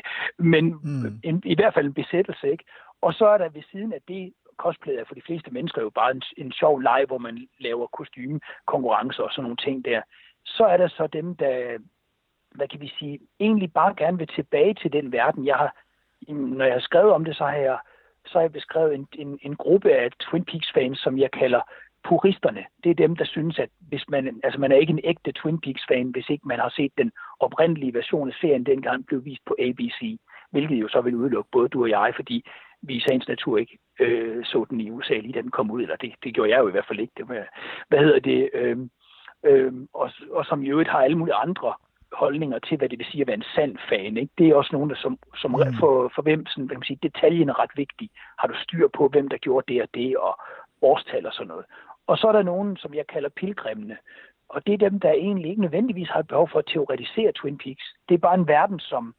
men mm. en, i hvert fald en besættelse, ikke? Og så er der ved siden af det, cosplay er for de fleste mennesker jo bare en, en sjov leg, hvor man laver kostymekonkurrencer og sådan nogle ting der. Så er der så dem, der, hvad kan vi sige, egentlig bare gerne vil tilbage til den verden. Jeg har, når jeg har skrevet om det, så har jeg, så har jeg beskrevet en, en, en gruppe af Twin Peaks-fans, som jeg kalder puristerne. Det er dem, der synes, at hvis man, altså man er ikke en ægte Twin Peaks-fan, hvis ikke man har set den oprindelige version af serien, dengang blev vist på A B C, hvilket jo så vil udelukke både du og jeg, fordi vi i sagens natur ikke øh, så den i U S A lige da den kom ud, eller det, det gjorde jeg jo i hvert fald ikke. Det var, hvad hedder det? Øh, øh, og, og som i øvrigt har alle mulige andre holdninger til, hvad det vil sige at være en sand fan. Ikke? Det er også nogen, der som, som mm. for, for hvem sådan, hvad kan man sige, detaljen er ret vigtig. Har du styr på, hvem der gjorde det og det, og årstal og sådan noget. Og så er der nogen, som jeg kalder pilgrimene. Og det er dem, der egentlig ikke nødvendigvis har et behov for at teoretisere Twin Peaks. Det er bare en verden, som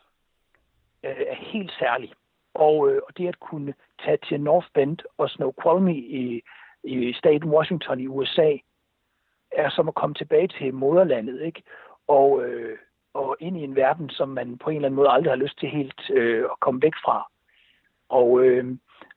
øh, er helt særlig. Og, øh, og det at kunne tage til North Bend og Snoqualmie i, i staten Washington i U S A, er som at komme tilbage til moderlandet, ikke? Og, øh, og ind i en verden, som man på en eller anden måde aldrig har lyst til helt øh, at komme væk fra. Og øh,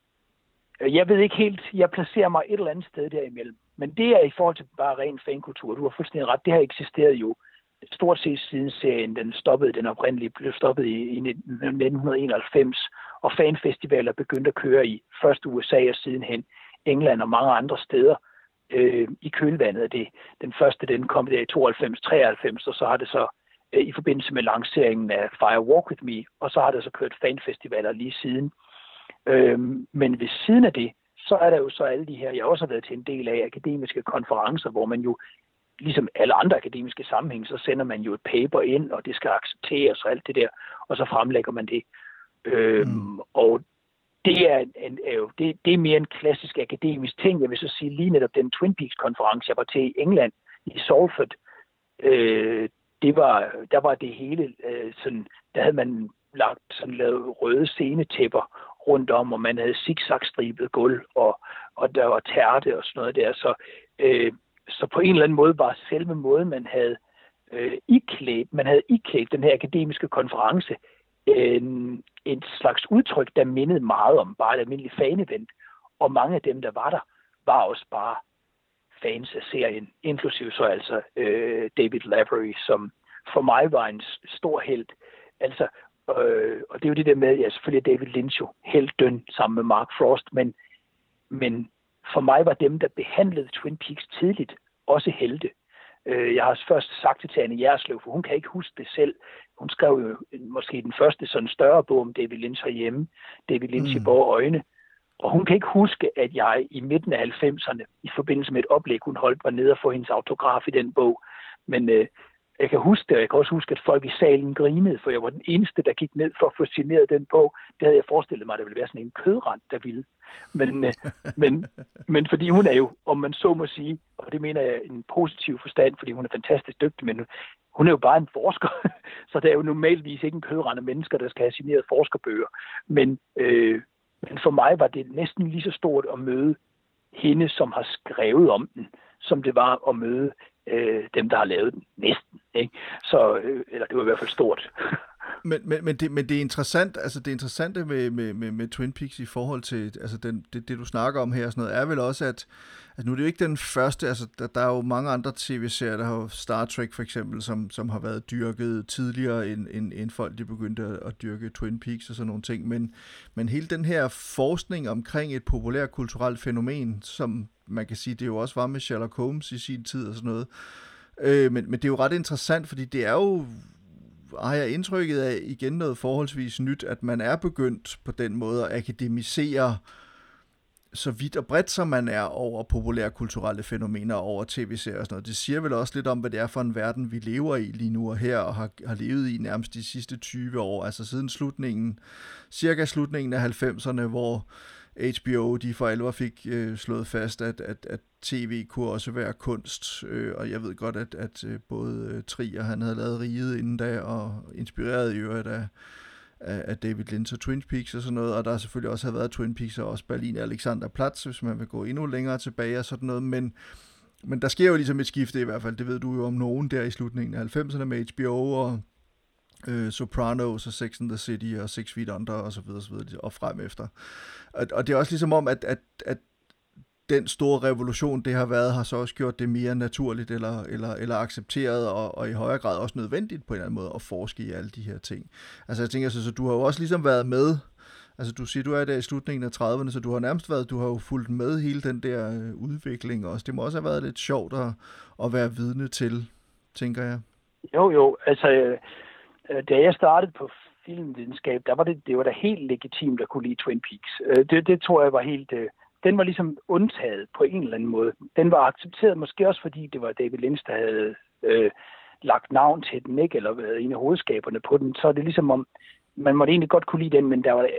jeg ved ikke helt, jeg placerer mig et eller andet sted derimellem. Men det er i forhold til bare ren fankultur. Du har fuldstændig ret. Det har eksisteret jo stort set siden serien, den stoppede, den oprindelige blev stoppet i, i nitten enoghalvfems, og fanfestivaler begyndte at køre i først U S A og sidenhen England og mange andre steder øh, i kølvandet af det. Den første, den kom der i tooghalvfems treoghalvfems, og så har det så øh, i forbindelse med lanceringen af Fire Walk With Me, og så har det så kørt fanfestivaler lige siden. Øh, men ved siden af det, så er der jo så alle de her, jeg også har været til en del af akademiske konferencer, hvor man jo ligesom alle andre akademiske sammenhæng, så sender man jo et paper ind, og det skal accepteres og alt det der, og så fremlægger man det. Øhm, mm. Og det er, en, er jo det, det er mere en klassisk akademisk ting. Jeg vil så sige lige netop den Twin Peaks-konference, jeg var til i England, i Salford, øh, det var, der var det hele øh, sådan, der havde man lagt sådan lavet røde scenetæpper rundt om, og man havde zigzag-stribet gulv, og, og der var tærte og sådan noget der, så øh, Så på en eller anden måde var selve måden, man havde øh, iklædt, man havde iklædt den her akademiske konference, øh, et slags udtryk, der mindede meget om bare et almindeligt fan-event. Og mange af dem, der var der, var også bare fans af serien, inklusive så altså øh, David Lavery, som for mig var en stor helt. Altså, øh, og det er jo det der med, ja, selvfølgelig David Lynch jo heltdøn sammen med Mark Frost, men, men for mig var dem, der behandlede Twin Peaks tidligt, også helte. Jeg har først sagt det til Anne Jerslev, for hun kan ikke huske det selv. Hun skrev jo måske den første sådan større bog om David Lynch herhjemme, David Lynch mm. i Borg Øjne. Og hun kan ikke huske, at jeg i midten af halvfemserne, i forbindelse med et oplæg, hun holdt, var nede og få hendes autograf i den bog. Men, øh, Jeg kan huske det, og jeg kan også huske, at folk i salen grinede, for jeg var den eneste, der gik ned for at få signeret den bog. Det havde jeg forestillet mig, at der ville være sådan en kødrand, der ville. Men, øh, men, men fordi hun er jo, om man så må sige, og det mener jeg en positiv forstand, fordi hun er fantastisk dygtig, men hun er jo bare en forsker, så der er jo normalvis ikke en kødrand af mennesker, der skal have signeret forskerbøger. Men, øh, men for mig var det næsten lige så stort at møde hende, som har skrevet om den, som det var at møde øh, dem, der har lavet den. Næsten. Ikke? Så, øh, eller det var i hvert fald stort. Men, men, men, det, men det er interessant, altså det interessante med, med, med, med Twin Peaks i forhold til, altså den, det, det du snakker om her og sådan noget, er vel også, at altså nu er det jo ikke den første, altså der, der er jo mange andre tv-serier, der har Star Trek for eksempel, som, som har været dyrket tidligere, end, end, end folk de begyndte at dyrke Twin Peaks og sådan nogle ting, men, men hele den her forskning omkring et populært kulturelt fænomen, som man kan sige, det jo også var med Sherlock Holmes i sin tid og sådan noget, øh, men, men det er jo ret interessant, fordi det er jo, har jeg indtrykket af igen noget forholdsvis nyt, at man er begyndt på den måde at akademisere så vidt og bredt som man er over populære kulturelle fænomener, over tv-serier og sådan noget. Det siger vel også lidt om, hvad det er for en verden, vi lever i lige nu og her, og har, har levet i nærmest de sidste tyve år, altså siden slutningen, cirka slutningen af halvfemserne, hvor H B O, de for alvor fik øh, slået fast, at, at, at tv kunne også være kunst, øh, og jeg ved godt, at, at øh, både øh, Trier, han havde lavet Riget inden da, og inspireret i øvrigt af, af, af David Lynch og Twin Peaks og sådan noget, og der har selvfølgelig også været Twin Peaks og også Berlin Alexanderplatz, hvis man vil gå endnu længere tilbage og sådan noget, men, men der sker jo ligesom et skifte i hvert fald, det ved du jo om nogen der i slutningen af halvfemserne med H B O og Øh, Sopranos og Sex and the City og Six Feet Under og så videre, så videre og frem efter. Og, og det er også ligesom om, at, at, at den store revolution, det har været, har så også gjort det mere naturligt eller, eller, eller accepteret og, og i højere grad også nødvendigt på en eller anden måde at forske i alle de her ting. Altså jeg tænker så, så du har jo også ligesom været med, altså du siger, du er der i slutningen af trediverne, så du har nærmest været, du har jo fulgt med hele den der udvikling også. Det må også have været lidt sjovt at, at være vidne til, tænker jeg. Jo, jo, altså da jeg startede på filmvidenskab, der var det, det var da helt legitimt at kunne lide Twin Peaks. Det, det tror jeg var helt, den var ligesom undtaget på en eller anden måde. Den var accepteret måske også, fordi det var David Lynch, der havde øh, lagt navn til den, ikke? Eller været en af hovedskaberne på den. Så er det ligesom om, man måtte egentlig godt kunne lide den, men der var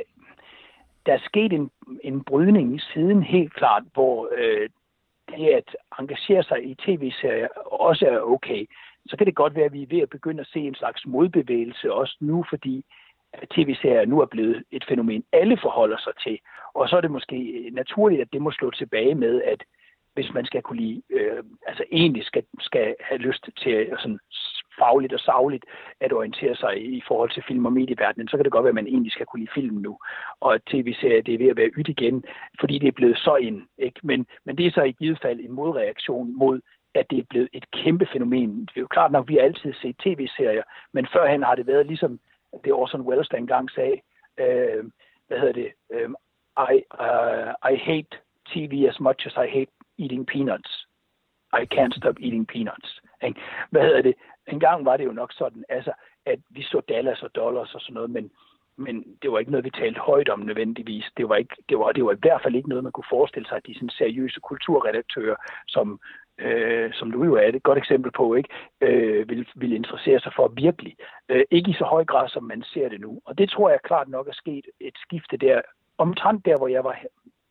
der er sket en, en brydning siden helt klart, hvor øh, det at engagere sig i tv-serier også er okay. Så kan det godt være, at vi er ved at begynde at se en slags modbevægelse også nu, fordi tv-serier nu er blevet et fænomen, alle forholder sig til. Og så er det måske naturligt, at det må slå tilbage med, at hvis man skal kunne lide, øh, altså egentlig skal, skal have lyst til sådan fagligt og sagligt at orientere sig i forhold til film- og medieverdenen, så kan det godt være, at man egentlig skal kunne lide film nu. Og at tv-serier, det er ved at være ydt igen, fordi det er blevet så ind. Ikke? Men, men det er så i givet fald en modreaktion mod, at det er blevet et kæmpe fænomen. Det er jo klart nok, at vi har altid set tv-serier, men førhen har det været ligesom det Orson Welles der engang sagde, øh, hvad hedder det, øh, I, uh, I hate T V as much as I hate eating peanuts. I can't stop eating peanuts. Ikke? Hvad hedder det? En gang var det jo nok sådan, altså, at vi så Dallas og Dollars og sådan noget, men, men det var ikke noget, vi talte højt om nødvendigvis. Det var, ikke, det var, det var i hvert fald ikke noget, man kunne forestille sig, at de sådan seriøse kulturredaktører, som Øh, som du jo er et godt eksempel på, ikke, øh, vil, vil interessere sig for virkelig. Øh, ikke i så høj grad, som man ser det nu. Og det tror jeg klart nok er sket et skifte der, omtrent der, hvor jeg var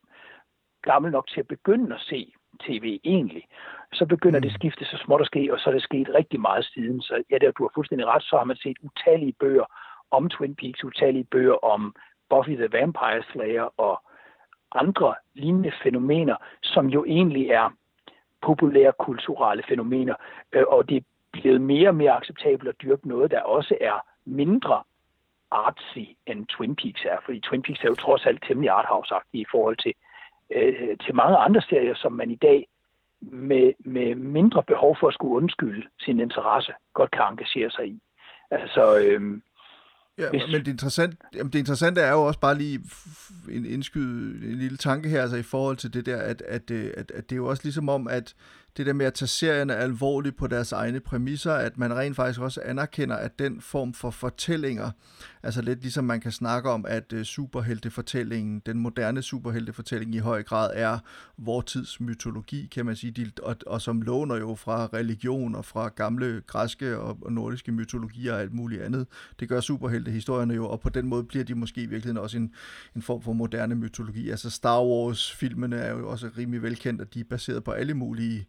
gammel nok til at begynde at se tv egentlig. Så begynder mm. det skifte så småt at ske, og så er det sket rigtig meget siden. Så ja, der du har fuldstændig ret, så har man set utallige bøger om Twin Peaks, utallige bøger om Buffy the Vampire Slayer og andre lignende fænomener, som jo egentlig er populære kulturelle fænomener, øh, og det er blevet mere og mere acceptabelt at dyrke noget, der også er mindre artsy end Twin Peaks er, fordi Twin Peaks er jo trods alt temmelig arthouse-agtig i forhold til, øh, til mange andre serier, som man i dag med, med mindre behov for at skulle undskylde sin interesse, godt kan engagere sig i. Altså, øh, Ja, Hvis... men det interessante, jamen det interessante er jo også bare lige en indskyde en lille tanke her, altså i forhold til det der, at, at, at, at det er jo også ligesom om, at det der med at tage serierne alvorligt på deres egne præmisser, at man rent faktisk også anerkender, at den form for fortællinger, altså lidt ligesom man kan snakke om, at uh, superheltefortællingen, den moderne superheltefortælling i høj grad er vor tids mytologi, kan man sige, de, og, og som låner jo fra religion og fra gamle græske og, og nordiske mytologier og alt muligt andet. Det gør superheltehistorierne jo, og på den måde bliver de måske i virkeligheden også en, en form for moderne mytologi. Altså Star Wars-filmene er jo også rimelig velkendt, at de er baseret på alle mulige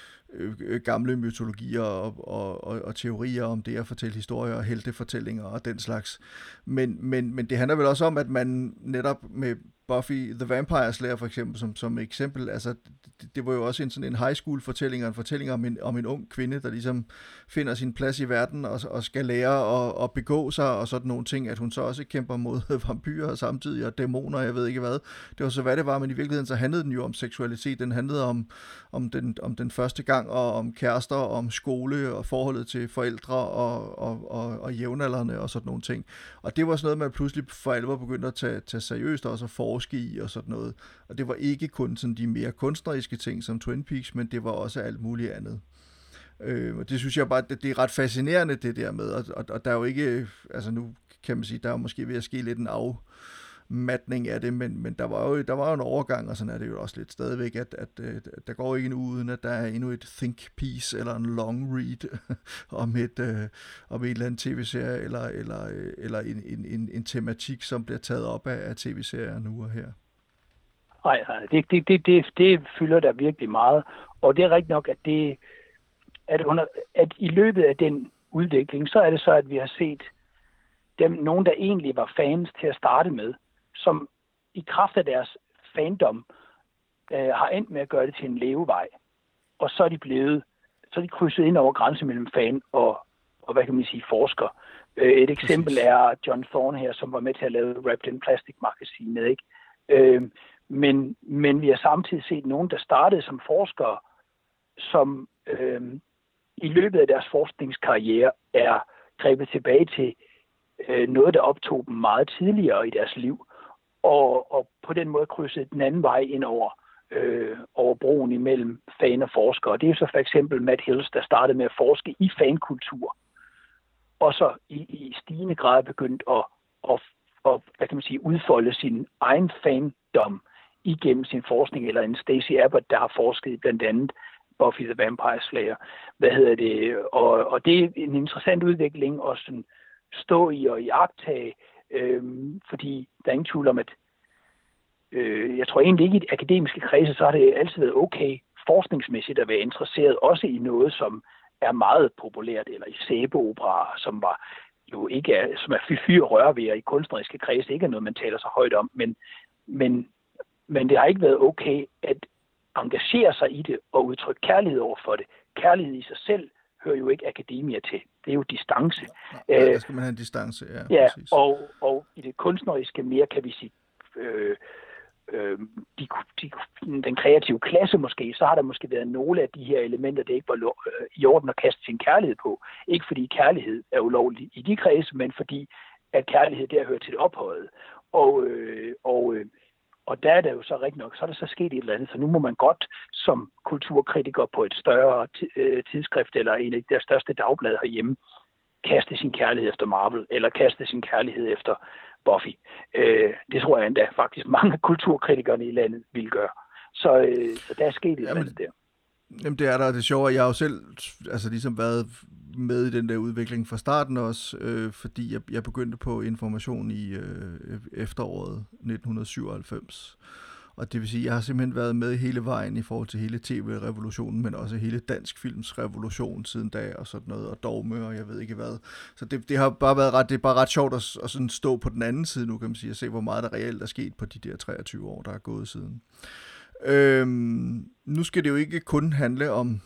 øh, gamle mytologier og, og, og, og teorier om det at fortælle historier og heltefortællinger og den slags. Men, men, men det handler vel også om, at man netop med Buffy the Vampire Slayer for eksempel, som, som eksempel, altså det, det var jo også en sådan en high school fortælling, en fortælling om en, om en ung kvinde, der ligesom finder sin plads i verden og, og skal lære at, at begå sig og sådan nogle ting, at hun så også kæmper mod vampyrer samtidig og dæmoner, jeg ved ikke hvad. Det var så hvad det var, men i virkeligheden så handlede den jo om seksualitet, den handlede om, om, den, om den første gang og om kærester, og om skole og forholdet til forældre og, og, og, og jævnaldrende og sådan nogle ting. Og det var sådan noget, man pludselig for alvor begyndte at tage, tage seriøst også og forske i og sådan noget. Og det var ikke kun sådan de mere kunstneriske ting som Twin Peaks, men det var også alt muligt andet. Øh, og det synes jeg bare, det, det er ret fascinerende det der med, og, og, og der er jo ikke, altså nu kan man sige, der er måske ved at ske lidt en afmatning af det, men, men der var jo der var jo en overgang, og sådan er det jo også lidt stadigvæk, at, at, at, at der går ikke en uge uden, at der er endnu et think piece eller en long read om et øh, om en eller anden tv-serie eller eller eller en, en, en, en tematik, som bliver taget op af, af tv-serier nu og her. Nej, nej, det, det, det, det, det fylder der virkelig meget, og det er rigtigt nok, at det at, under, at i løbet af den udvikling, så er det så, at vi har set dem, nogen, der egentlig var fans til at starte med, som i kraft af deres fandom øh, har endt med at gøre det til en levevej. Og så er de blevet, så er de krydset ind over grænsen mellem fan og, og hvad kan man sige, forsker. Øh, et eksempel er John Thorne her, som var med til at lave Wrapped in Plastic-magasinet, ikke? Øh, men, men vi har samtidig set nogen, der startede som forskere, som øh, i løbet af deres forskningskarriere er grebet tilbage til øh, noget, der optog dem meget tidligere i deres liv, og, og på den måde krydsede den anden vej ind over, øh, over broen imellem fan og forskere. Det er så for eksempel Matt Hills, der startede med at forske i fankultur, og så i, i stigende grad begyndt at, at, at hvad kan man sige, udfolde sin egen fandom igennem sin forskning, eller en Stacey Abbott, der har forsket blandt andet Buffy the Vampire Slayer. Hvad hedder det? Og, og det er en interessant udvikling at sådan stå i og iagttage, øh, fordi der er ingen tvivl om, at øh, jeg tror egentlig ikke i akademiske kredse, så har det altid været okay forskningsmæssigt at være interesseret også i noget, som er meget populært, eller i sæbeopera, som var jo ikke er, som er fy-fy og rørvære i kunstneriske kredse, ikke er noget, man taler så højt om, men, men, men det har ikke været okay at engagere sig i det og udtrykke kærlighed over for det. Kærlighed i sig selv hører jo ikke akademia til. Det er jo distance. Ja, der skal man have en distance, ja. Ja, og, og i det kunstneriske mere kan vi sige, øh, øh, de, de, den kreative klasse måske, så har der måske været nogle af de her elementer, det ikke var lo- øh, i orden at kaste sin kærlighed på. Ikke fordi kærlighed er ulovlig i de kredse, men fordi at kærlighed der hører til det ophøjede. Og, øh, og øh, Og der er det jo så rigtig nok, så er der så sket et eller andet, så nu må man godt som kulturkritiker på et større t- tidsskrift eller en af deres største dagblad herhjemme, kaste sin kærlighed efter Marvel, eller kaste sin kærlighed efter Buffy. Øh, det tror jeg endda faktisk mange af kulturkritikerne i landet vil gøre. Så, øh, så der er sket et eller andet der. Jamen det er der, det er sjovt. Jeg har jo selv altså ligesom været med i den der udvikling fra starten også, øh, fordi jeg, jeg begyndte på Information i øh, efteråret nitten syvoghalvfems. Og det vil sige, jeg har simpelthen været med hele vejen i forhold til hele tv-revolutionen, men også hele dansk films revolution siden da, og sådan noget, og dogme, og jeg ved ikke hvad. Så det, det har bare været ret, det er bare ret sjovt at, at sådan stå på den anden side nu, kan man sige, og se, hvor meget der reelt er sket på de der treogtyve år, der er gået siden. Øhm, nu skal det jo ikke kun handle om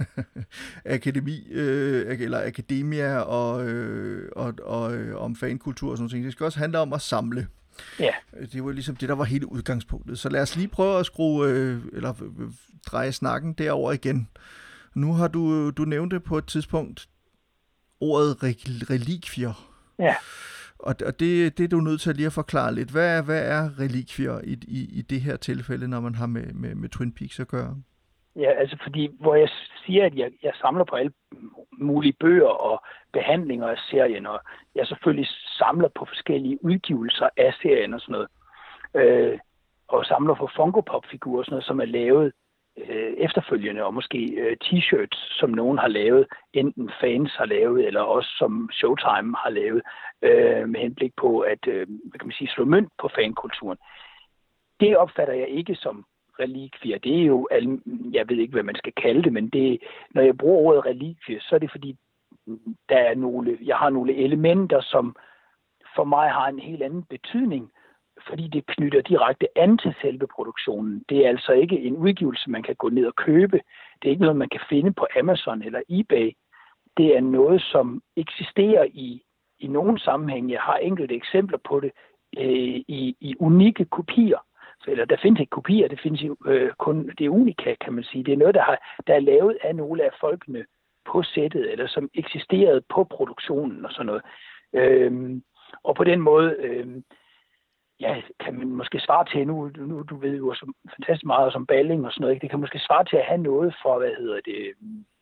akademi øh, eller akademia og, øh, og, og øh, om fankultur og sådan noget. Det skal også handle om at samle. Ja. Det var ligesom det, der var hele udgangspunktet. Så lad os lige prøve at skrue øh, eller dreje snakken derover igen. Nu har du du nævnte på et tidspunkt ordet relikvier. Ja. Og det, det er du nødt til lige at forklare lidt. Hvad er, hvad er relikvier i, i, i det her tilfælde, når man har med, med, med Twin Peaks at gøre? Ja, altså fordi, hvor jeg siger, at jeg, jeg samler på alle mulige bøger og behandlinger af serien, og jeg selvfølgelig samler på forskellige udgivelser af serien og sådan noget, øh, og samler på Funko Pop-figurer og sådan noget, som er lavet øh, efterfølgende, og måske øh, t-shirts, som nogen har lavet, enten fans har lavet, eller også som Showtime har lavet, øh, med henblik på at øh, hvad kan man sige, slå mønt på fankulturen. Det opfatter jeg ikke som relikvier. Det er jo, jeg ved ikke, hvad man skal kalde det, men det, når jeg bruger ordet relikvier, så er det fordi, der er nogle, jeg har nogle elementer, som for mig har en helt anden betydning, fordi det knytter direkte an til selve produktionen. Det er altså ikke en udgivelse, man kan gå ned og købe. Det er ikke noget, man kan finde på Amazon eller eBay. Det er noget, som eksisterer i, i nogle sammenhænge. Jeg har enkelte eksempler på det øh, i, i unikke kopier. Eller der findes ikke kopier, det findes jo øh, kun det unika, kan man sige. Det er noget, der, har, der er lavet af nogle af folkene på sættet, eller som eksisterede på produktionen og sådan noget. Øhm, og på den måde, øhm, ja, kan man måske svare til, nu, nu du ved jo så fantastisk meget som Balling og sådan noget, ikke? Det kan måske svare til at have noget for, hvad hedder det...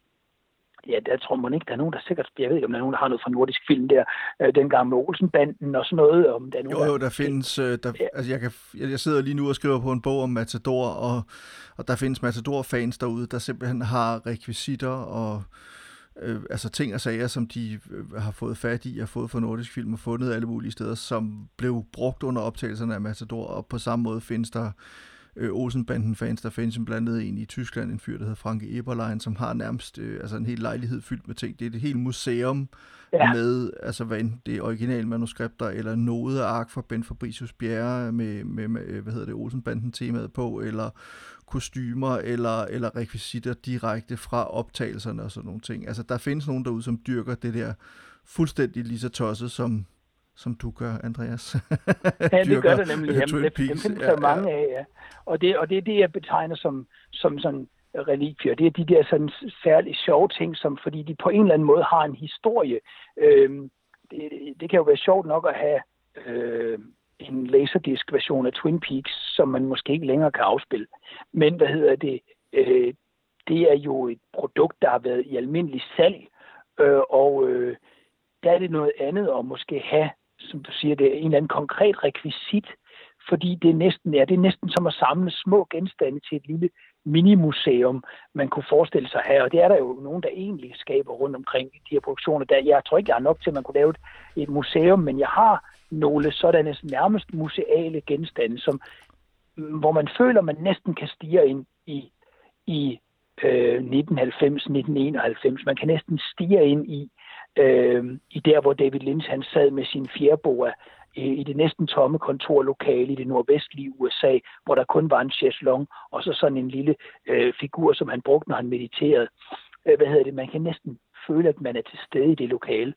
Ja, der tror man ikke, der er nogen, der sikkert... Jeg ved ikke, om der er nogen, der har noget fra nordisk film der, øh, dengang med Olsenbanden og sådan noget. Om der er nogen, jo, jo, der, der findes... Øh, der, ja. Altså, jeg, kan, jeg, jeg sidder lige nu og skriver på en bog om Matador, og, og der findes Matador-fans derude, der simpelthen har rekvisitter og øh, altså ting og sager, som de øh, har fået fat i, har fået fra nordisk film og fundet alle mulige steder, som blev brugt under optagelserne af Matador, og på samme måde findes der Øh, Olsenbanden-fans, der findes blandt andet en i Tyskland, en fyr, der hedder Franke Eberlein, som har nærmest øh, altså en hel lejlighed fyldt med ting. Det er et helt museum ja. med, altså hvad enten det er originalmanuskripter, eller nodeark fra Ben Fabricius Bjerre med, med, med hvad hedder det, Olsenbanden-temaet på, eller kostymer, eller, eller rekvisitter direkte fra optagelserne og sådan nogle ting. Altså der findes nogen derude, som dyrker det der fuldstændig lige så tosset, som som du gør, Andreas. Ja, det gør det nemlig. Jamen, det, det findes der ja, mange af, ja. Og det, og det er det, jeg betegner som, som sådan relikvier. Det er de der sådan særligt sjove ting, som, fordi de på en eller anden måde har en historie. Øhm, det, det kan jo være sjovt nok at have øh, en laserdisc-version af Twin Peaks, som man måske ikke længere kan afspille. Men hvad hedder det? Øh, det er jo et produkt, der har været i almindelig salg, øh, og øh, der er det noget andet at måske have, som du siger, det er en eller anden konkret rekvisit, fordi det næsten er, det er næsten som at samle små genstande til et lille minimuseum, man kunne forestille sig her. Og det er der jo nogen, der egentlig skaber rundt omkring de her produktioner. Der, jeg tror ikke, jeg har nok til, at man kunne lave et, et museum, men jeg har nogle sådanne nærmest museale genstande, som, hvor man føler, man næsten kan stige ind i, i øh, nitten halvfems, nitten enoghalvfems. Man kan næsten stige ind i Øh, i der, hvor David Lynch han sad med sin fjerboa øh, i det næsten tomme kontorlokale i det nordvestlige U S A, hvor der kun var en chaiselong, og så sådan en lille øh, figur, som han brugte, når han mediterede. Øh, hvad hedder det? Man kan næsten føle, at man er til stede i det lokale,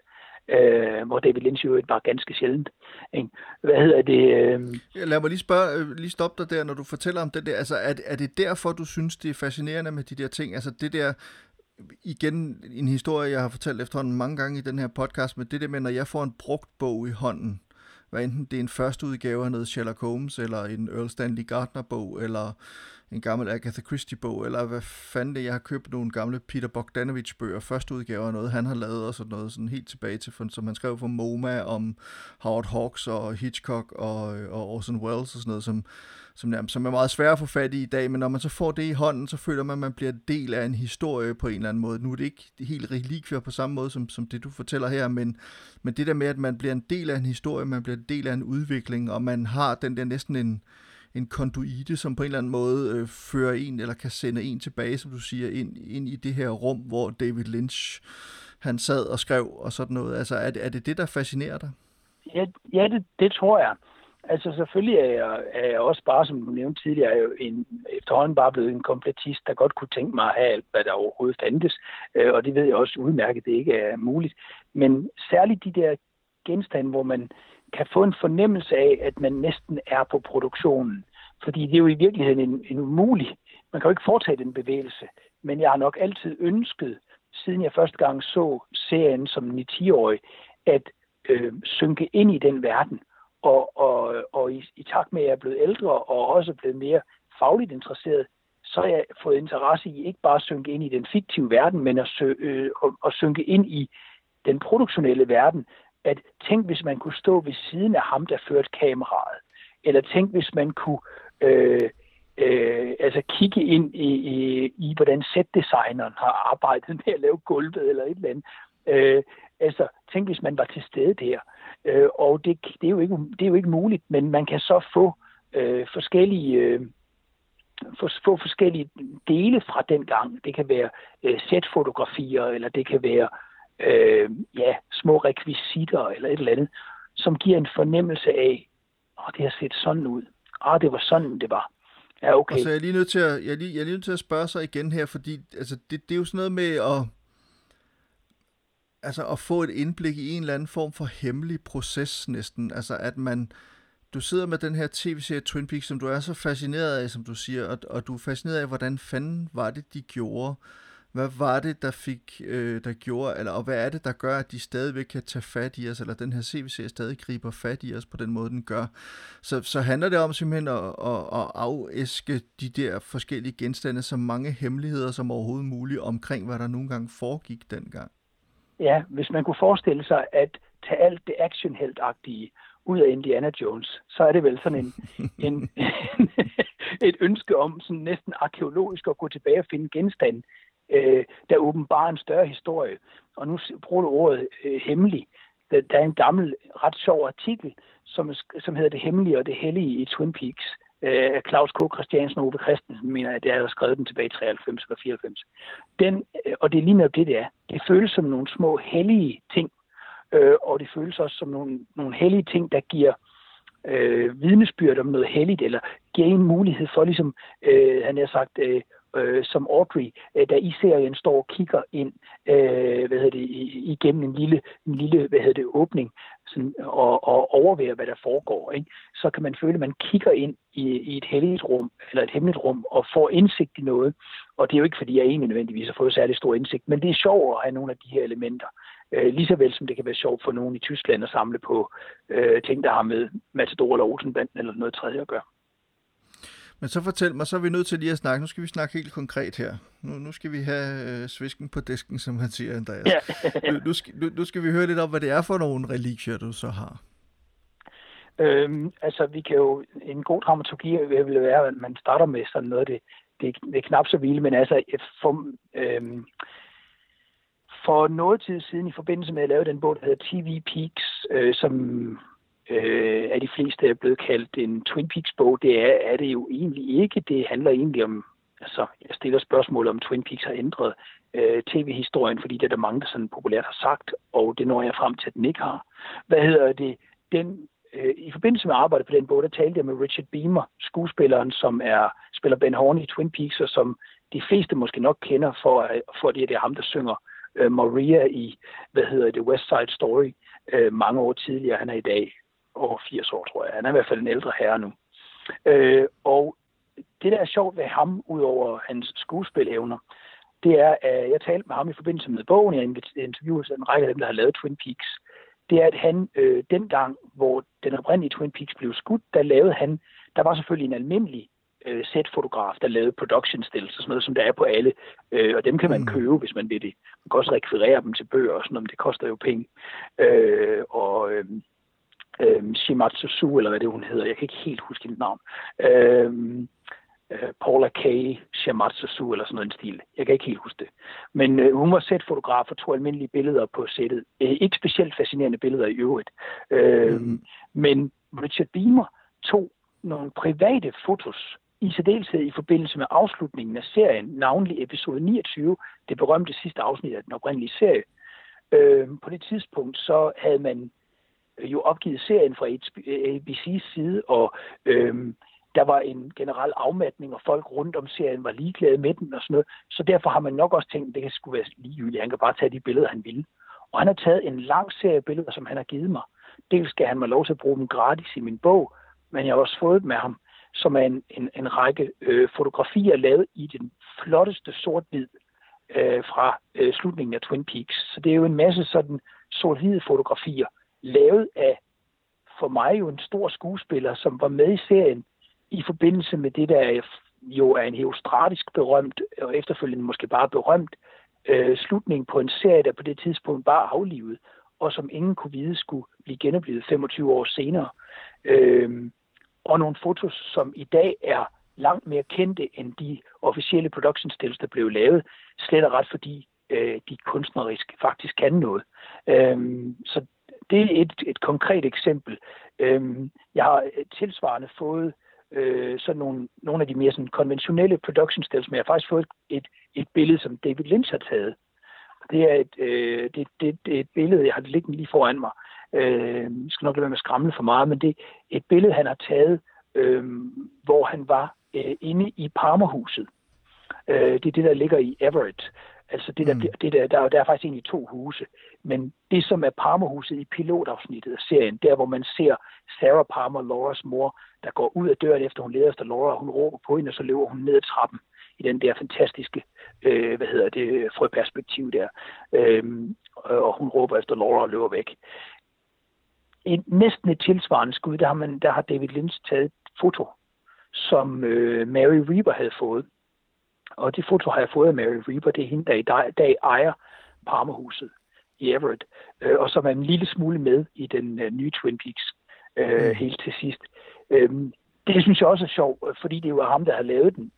øh, hvor David Lynch jo var ganske sjældent. Ikke? Hvad hedder det? Øh... Ja, lad mig lige spørge, lige stoppe dig der, når du fortæller om det der. Altså, er, er det derfor, du synes, det er fascinerende med de der ting? Altså, det der... Igen en historie, jeg har fortalt efterhånden mange gange i den her podcast, men det der med, når jeg får en brugt bog i hånden, hvad enten det er en første udgave af noget Sherlock Holmes, eller en Earl Stanley Gardner-bog, eller en gammel Agatha Christie-bog, eller hvad fanden det, jeg har købt nogle gamle Peter Bogdanovich-bøger, første udgave af noget, han har lavet, og sådan noget, sådan helt tilbage til, som han skrev for MoMA om Howard Hawks og Hitchcock og, og Orson Welles og sådan noget, som, som, nærmest, som er meget svært at få fat i i dag, men når man så får det i hånden, så føler man, at man bliver en del af en historie på en eller anden måde. Nu er det ikke helt relikvier på samme måde, som, som det du fortæller her, men, men det der med, at man bliver en del af en historie, man bliver en del af en udvikling, og man har den der næsten en en konduite, som på en eller anden måde øh, fører en, eller kan sende en tilbage, som du siger, ind, ind i det her rum, hvor David Lynch, han sad og skrev, og sådan noget. Altså, er det er det, det, der fascinerer dig? Ja, ja det, det tror jeg. Altså, selvfølgelig er jeg, er jeg også bare, som du nævnte tidligere, er jo en, efterhånden bare blevet en kompletist, der godt kunne tænke mig at have alt, hvad der overhovedet fandtes. Øh, og det ved jeg også udmærket, det ikke er muligt. Men særligt de der genstande, hvor man kan få en fornemmelse af, at man næsten er på produktionen. Fordi det er jo i virkeligheden en, en umulig. Man kan jo ikke foretage den bevægelse. Men jeg har nok altid ønsket, siden jeg første gang så serien som ni-ti-årig, at øh, synke ind i den verden. Og, og, og i, i takt med, at jeg er blevet ældre og også blevet mere fagligt interesseret, så har jeg fået interesse i ikke bare at synke ind i den fiktive verden, men at, sø, øh, at synke ind i den produktionelle verden. At tænk, hvis man kunne stå ved siden af ham, der førte kameraet. Eller tænk, hvis man kunne øh, øh, altså kigge ind i, i, i, hvordan setdesigneren har arbejdet med at lave gulvet eller et eller andet. Øh, altså, tænk, hvis man var til stede der. Øh, og det, det, er jo ikke, det er jo ikke muligt, men man kan så få øh, forskellige... Øh, få forskellige dele fra den gang. Det kan være øh, setfotografier, eller det kan være øh, ja, små rekvisitter, eller et eller andet, som giver en fornemmelse af, åh, det har set sådan ud. Åh, det var sådan, det var. Ja, okay. Og så er jeg lige nødt til at, jeg er lige, jeg er lige nødt til at spørge sig igen her, fordi altså, det, det er jo sådan noget med at, altså, at få et indblik i en eller anden form for hemmelig proces næsten. Altså, at man Du sidder med den her tv-serie Twin Peaks, som du er så fascineret af, som du siger, og, og du er fascineret af, hvordan fanden var det, de gjorde? Hvad var det, der fik, øh, der gjorde, eller, og hvad er det, der gør, at de stadigvæk kan tage fat i os, eller den her tv-serie stadig griber fat i os på den måde, den gør? Så, så handler det om simpelthen at, at, at afæske de der forskellige genstande, så mange hemmeligheder som overhovedet muligt omkring, hvad der nogle gange foregik dengang. Ja, hvis man kunne forestille sig at tage alt det actionheltagtige ud af Indiana Jones, så er det vel sådan en, en, en et ønske om sådan næsten arkæologisk at gå tilbage og finde genstande, øh, der åbenbarer en større historie. Og nu bruger du ordet øh, hemmelig. Der, der er en gammel, ret sjov artikel, som, som hedder Det Hemmelige og det Hellige i Twin Peaks, af øh, Claus K. Christiansen og Ove Christensen, mener jeg, det er skrevet den tilbage i treoghalvfems eller fireoghalvfems. Den, øh, og det er lige netop det, det er. Det føles som nogle små hellige ting, øh, og det føles også som nogle, nogle hellige ting, der giver øh, vidnesbyrd om noget helligt, eller giver en mulighed for, ligesom øh, han har sagt, øh, øh, som Audrey, øh, der i serien står og kigger ind øh, hvad hedder det, igennem en lille, en lille hvad hedder det, åbning, sådan, og, og overvære, hvad der foregår, ikke? Så kan man føle, at man kigger ind i, i et helligt rum, eller et hemmeligt rum, og får indsigt i noget. Og det er jo ikke, fordi jeg egentlig nødvendigvis har fået særlig stor indsigt, men det er sjovt at have nogle af de her elementer. Øh, lige så vel som det kan være sjovt for nogen i Tyskland at samle på øh, ting, der har med Matador eller Olsenbanden eller noget tredje at gøre. Men så fortæl mig, så er vi nødt til lige at snakke. Nu skal vi snakke helt konkret her. Nu, nu skal vi have øh, svisken på disken, som han siger, Andreas. Ja. nu, nu, skal, nu, nu skal vi høre lidt om, hvad det er for nogle relikvier, du så har. Øhm, altså, vi kan jo, en god dramaturgi vil være, at man starter med sådan noget, det, det, det er knap så vildt, men altså, for, øhm, for noget tid siden, i forbindelse med at lave den bog, der hedder T V Peaks, øh, som øh, af de fleste er blevet kaldt en Twin Peaks-bog, det er, er det jo egentlig ikke. Det handler egentlig om, altså, jeg stiller spørgsmål om Twin Peaks har ændret øh, tv-historien, fordi det er der mange, der sådan populært har sagt, og det når jeg frem til, at den ikke har. Hvad hedder det? Den, øh, I forbindelse med arbejdet på den bog, der talte jeg med Richard Beamer, skuespilleren, som er spiller Ben Horne i Twin Peaks, og som de fleste måske nok kender for, for det, det er ham, der synger øh, Maria i, hvad hedder det, West Side Story, øh, mange år tidligere. Han er i dag over firs år, tror jeg. Han er i hvert fald en ældre herre nu. Øh, og det, der er sjovt ved ham, ud over hans skuespilevner, det er, at jeg talte med ham i forbindelse med bogen, jeg interviewede en række af dem, der har lavet Twin Peaks, det er, at han øh, dengang, hvor den oprindelige Twin Peaks blev skudt, der lavede han, der var selvfølgelig en almindelig øh, setfotograf, der lavede production stills og sådan noget, som der er på alle, øh, og dem kan man købe, hvis man vil det. Man kan også rekvirere dem til bøger og sådan noget, men det koster jo penge. Øh, og øh, øh, Shimatsu Su, eller hvad det hun hedder, jeg kan ikke helt huske hendes navn. Øh, Paula K. Shimatsu eller sådan noget en stil. Jeg kan ikke helt huske det. Men øh, hun var setfotograf og tog almindelige billeder på sættet. Øh, ikke specielt fascinerende billeder i øvrigt. Øh, mm. Men Richard Beamer tog nogle private fotos, i særdeleshed i forbindelse med afslutningen af serien, navnlig episode niogtyve, det berømte sidste afsnit af den oprindelige serie. Øh, på det tidspunkt så havde man jo opgivet serien fra A B C's side, og øh, der var en generel afmatning, og folk rundt om serien var ligeglade med den og sådan noget. Så derfor har man nok også tænkt, at det kan sgu være ligegyldigt. Han kan bare tage de billeder, han ville. Og han har taget en lang serie billeder, som han har givet mig. Dels skal han mig lov til at bruge dem gratis i min bog, men jeg har også fået dem med ham, som er en, en, en række øh, fotografier lavet i den flotteste sort-hvid øh, fra øh, slutningen af Twin Peaks. Så det er jo en masse sådan sort-hvide fotografier, lavet af, for mig jo en stor skuespiller, som var med i serien, i forbindelse med det, der jo er en herostratisk berømt, og efterfølgende måske bare berømt, øh, slutning på en serie, der på det tidspunkt bare aflivet, og som ingen kunne vide skulle blive genoplevet femogtyve år senere. Øh, og nogle fotos, som i dag er langt mere kendte end de officielle production stills, der blev lavet, slet og ret fordi øh, de kunstnerisk faktisk kan noget. Øh, så det er et, et konkret eksempel. Øh, jeg har tilsvarende fået øh, sådan nogle, nogle af de mere sådan konventionelle production stills, men jeg har faktisk fået et, et billede, som David Lynch har taget. Det er et, øh, det, det, det er et billede, jeg har liggende lige foran mig. Øh, jeg skal nok lade være med at skramle for meget, men det er et billede, han har taget, øh, hvor han var øh, inde i Parmerhuset. Øh, det er det, der ligger i Everett. Altså det der, mm. det der, der, der er faktisk egentlig to huse, men det som er Parmerhuset i pilotafsnittet af serien, der hvor man ser Sarah Palmer, Lauras mor, der går ud af døren efter hun leder efter Laura, og hun råber på hende, og så løber hun ned ad trappen i den der fantastiske, øh, hvad hedder det, frøperspektiv der, øh, og hun råber efter Laura og løber væk. Et, næsten et tilsvarende skud, der har, man, der har David Lynch taget et foto, som øh, Mary Reber havde fået. Og det foto har jeg fået af Mary Reber, det er hende, der i dag, dag ejer Parmerhuset i Everett, øh, og som er en lille smule med i den øh, nye Twin Peaks øh, mm. helt til sidst. Øh, det synes jeg også er sjovt, fordi det jo er ham, der har lavet den.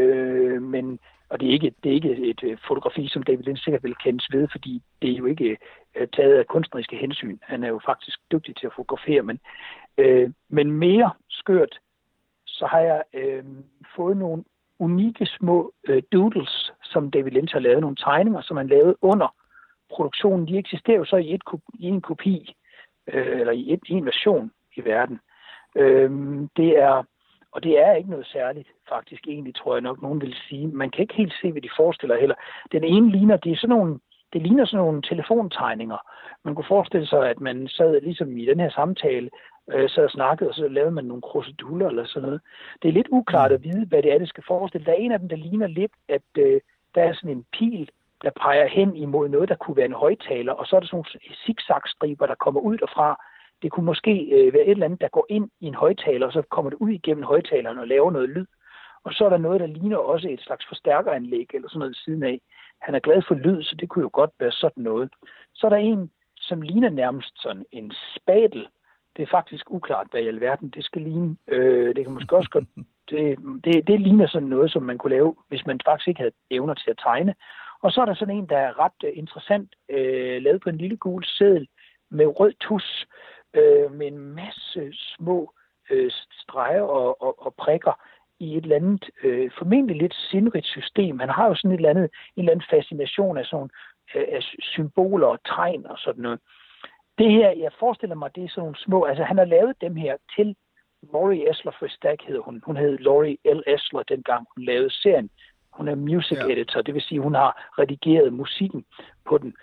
Øh, men, og det er, ikke, det er ikke et, et fotografi, som David Lynch sikkert vil kendes ved, fordi det er jo ikke øh, taget af kunstneriske hensyn. Han er jo faktisk dygtig til at fotografere, men, øh, men mere skørt, så har jeg øh, fået nogle unikke små øh, doodles, som David Lynch har lavet, nogle tegninger, som han lavede under produktionen. De eksisterer jo så i, et, i en kopi, øh, eller i, et, i en version i verden. Øh, det er, og det er ikke noget særligt, faktisk egentlig, tror jeg nok, nogen vil sige. Man kan ikke helt se, hvad de forestiller heller. Den ene ligner, det er sådan nogle, det ligner sådan nogle telefontegninger. Man kunne forestille sig, at man sad ligesom i den her samtale, øh, sad og snakkede, og så lavede man nogle kruseduller eller sådan noget. Det er lidt uklart at vide, hvad det er, det skal forestille. Der er en af dem, der ligner lidt, at øh, der er sådan en pil, der peger hen imod noget, der kunne være en højttaler, og så er der sådan nogle zigzag-striber, der kommer ud derfra. Det kunne måske øh, være et eller andet, der går ind i en højttaler, og så kommer det ud igennem højtaleren og laver noget lyd. Og så er der noget, der ligner også et slags forstærkeranlæg eller sådan noget siden af. Han er glad for lyd, så det kunne jo godt være sådan noget. Så er der en, som ligner nærmest sådan en spadel. Det er faktisk uklart, hvad i alverden det skal ligne. Øh, det kan måske også godt... Det, det, det ligner sådan noget, som man kunne lave, hvis man faktisk ikke havde evner til at tegne. Og så er der sådan en, der er ret interessant, øh, lavet på en lille gul seddel med rød tus, øh, med en masse små øh, streger og, og, og prikker i et eller andet, øh, formentlig lidt sindrigt system. Han har jo sådan et eller andet, en eller anden fascination af sådan øh, af symboler og tegn og sådan noget. Det her, jeg forestiller mig, det er sådan nogle små, altså han har lavet dem her til Laurie Esler Fristack hedder hun. Hun hed Laurie L. Esler, dengang hun lavede serien. Hun er music ja. editor, det vil sige, hun har redigeret musikken på den.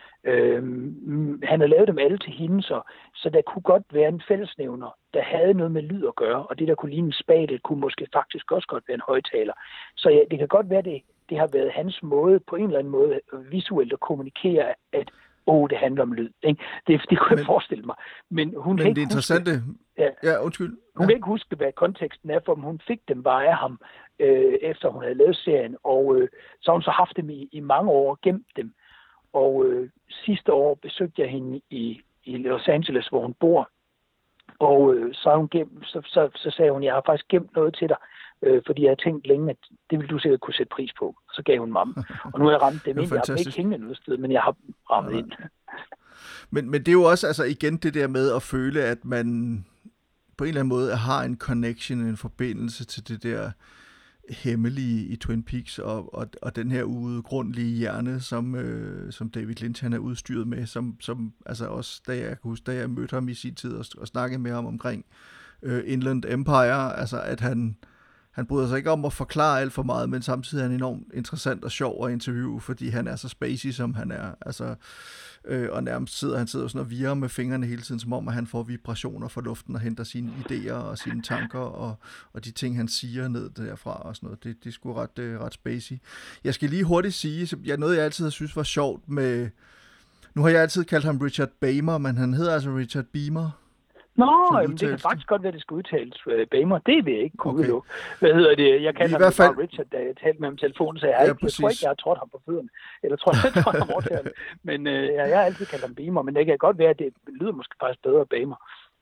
Øhm, han har lavet dem alle til hende, så, så der kunne godt være en fællesnævner, der havde noget med lyd at gøre, og det, der kunne ligne en spade, kunne måske faktisk også godt være en højtaler. Så ja, det kan godt være, det, det har været hans måde, på en eller anden måde, visuelt at kommunikere, at åh, oh, det handler om lyd. Ikke? Det, det kunne men, jeg forestille mig. Men hun men kan ikke det interessante... Huske, ja, ja, undskyld. Hun ja. kan ikke huske, hvad konteksten er, for hun fik dem bare af ham, øh, efter hun havde lavet serien. Og øh, så har hun så haft dem i, i mange år, gemt dem. Og øh, sidste år besøgte jeg hende i, i Los Angeles, hvor hun bor. Og øh, så, hun gemt, så, så, så sagde hun, jeg har faktisk gemt noget til dig, øh, fordi jeg har tænkt længe, at det ville du sikkert kunne sætte pris på. Så gav hun mig. Og nu har jeg ramt dem ind. Jeg har ikke hængende noget sted, men jeg har rammet ja. ind. Men, men det er jo også altså igen det der med at føle, at man på en eller anden måde har en connection, en forbindelse til det der hemmelige i Twin Peaks, og, og, og den her uudgrundelige hjerne, som, øh, som David Lynch han er udstyret med, som, som altså også, da jeg kan huske, da jeg mødte ham i sin tid og, og snakkede med ham omkring øh, Inland Empire, altså at han Han bryder sig ikke om at forklare alt for meget, men samtidig er han enormt interessant og sjov at interviewe, fordi han er så spacey, som han er. Altså, øh, og nærmest sidder han sidder sådan og virrer med fingrene hele tiden, som om at han får vibrationer fra luften og henter sine idéer og sine tanker og, og de ting, han siger ned derfra og sådan noget. Det, det er sgu ret, øh, ret spacey. Jeg skal lige hurtigt sige, så jeg, noget jeg altid har synes var sjovt med... Nu har jeg altid kaldt ham Richard Beymer, men han hedder altså Richard Beymer. Nå, jamen, det kan faktisk godt være, at det skal udtales uh, Bamer. Det vil jeg ikke kunne okay. udelukke. Hvad hedder det? Jeg kan hvert fald... bare Richard, da jeg talte med ham telefonen, så jeg, ja, ikke, jeg tror ikke, jeg har trådt ham på fødderne. Eller tror jeg, jeg tror ham overtalt. Men uh, jeg, jeg har altid kaldt ham Bamer, men det kan godt være, at det lyder måske faktisk bedre Bamer.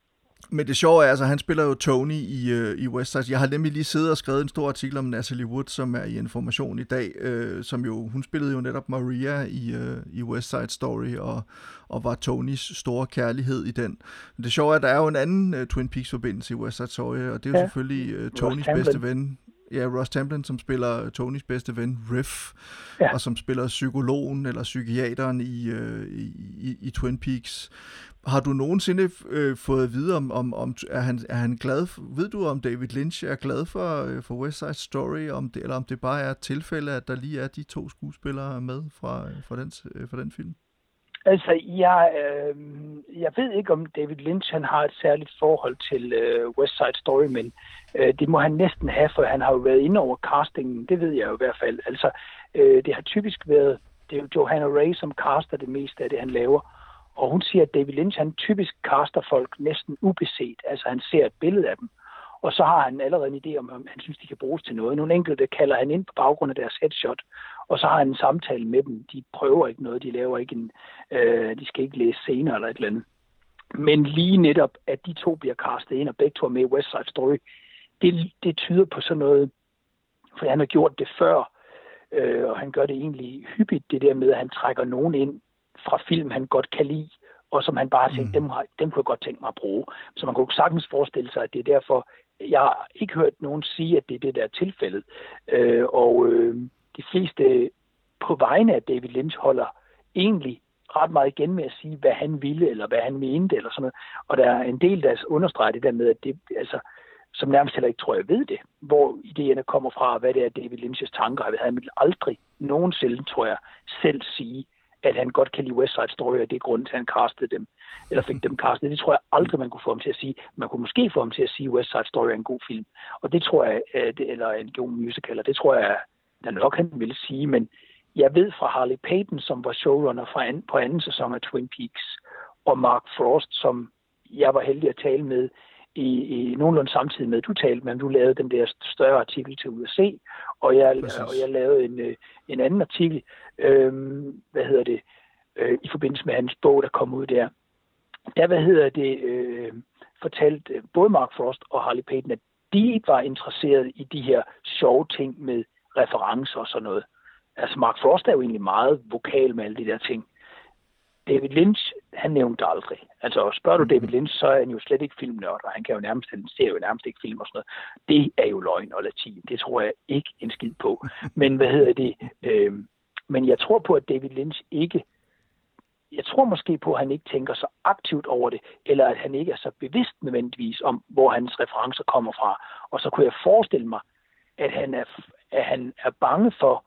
Men det sjove er, altså, han spiller jo Tony i, øh, i West Side. Jeg har nemlig lige siddet og skrevet en stor artikel om Natalie Wood, som er i Information i dag, øh, som jo, hun spillede jo netop Maria i, øh, i West Side Story, og, og var Tonys store kærlighed i den. Men det sjove er, at der er jo en anden uh, Twin Peaks-forbindelse i West Side Story, og det er jo ja. selvfølgelig uh, Tonys bedste ven. Ja, Ross Tamblyn, som spiller Tonys bedste ven, Riff, ja. og som spiller psykologen eller psykiateren i, øh, i, i, i Twin Peaks. Har du nogensinde øh, fået at vide, om, om, om er, han, er han glad, for, ved du, om David Lynch er glad for, øh, for West Side Story, om det, eller om det bare er et tilfælde, at der lige er de to skuespillere med fra, fra, den, øh, fra den film? Altså, jeg, øh, jeg ved ikke, om David Lynch han har et særligt forhold til øh, West Side Story, men øh, det må han næsten have, for han har jo været inde over castingen, det ved jeg jo i hvert fald. Altså, øh, det har typisk været, det er jo Johanna Ray, som caster det meste af det, han laver, og hun siger, at David Lynch, han typisk caster folk næsten ubeset, altså han ser et billede af dem, og så har han allerede en idé om, om han synes, de kan bruges til noget. Nogle enkelte kalder han ind på baggrund af deres headshot, og så har han en samtale med dem. De prøver ikke noget, de laver ikke en, øh, de skal ikke læse scener eller et eller andet. Men lige netop, at de to bliver castet ind, og begge to er med i West Side Story, det, det tyder på sådan noget, for han har gjort det før, øh, og han gør det egentlig hyppigt, det der med, at han trækker nogen ind fra film, han godt kan lide, og som han bare har tænkt, mm. dem, har, dem kunne jeg godt tænke mig at bruge. Så man kunne sagtens forestille sig, at det er derfor, jeg har ikke hørt nogen sige, at det er det, der er tilfældet. Øh, og øh, de fleste på vegne af David Lynch holder egentlig ret meget igen med at sige, hvad han ville, eller hvad han mente, eller sådan noget. Og der er en del, der understreger det der med, at det, altså, som nærmest heller ikke tror, jeg ved det, hvor idéerne kommer fra, hvad det er David Lynch's tanker. Han vil aldrig nogensinde, tror jeg, selv sige, at han godt kan lide West Side Story, og det er grunden til, at han castede dem, eller fik dem castet. Det tror jeg aldrig, man kunne få ham til at sige. Man kunne måske få ham til at sige, at West Side Story er en god film. Og det tror jeg, eller en god musical, og det tror jeg, der nok han ville sige, men jeg ved fra Harley Payton, som var showrunner fra anden, på anden sæson af Twin Peaks, og Mark Frost, som jeg var heldig at tale med i, i nogenlunde samtidig med, du talte med, du lavede den der større artikel til U S A, og jeg, og jeg lavede en, en anden artikel, øh, hvad hedder det, øh, i forbindelse med hans bog, der kom ud der. Der, hvad hedder det, øh, fortalte både Mark Frost og Harley Payton, at de var interesseret i de her sjove ting med referencer og sådan noget. Altså Mark Frost er jo egentlig meget vokal med alle de der ting. David Lynch, han nævnte aldrig. Altså spørger du David Lynch, så er han jo slet ikke filmnørd, og han kan jo nærmest, han ser jo nærmest ikke film og sådan noget. Det er jo løgn og latin. Det tror jeg ikke en skid på. Men hvad hedder det? Øh, men jeg tror på, at David Lynch ikke, jeg tror måske på, at han ikke tænker så aktivt over det, eller at han ikke er så bevidst nødvendigvis om, hvor hans referencer kommer fra. Og så kunne jeg forestille mig, at han er, at han er bange for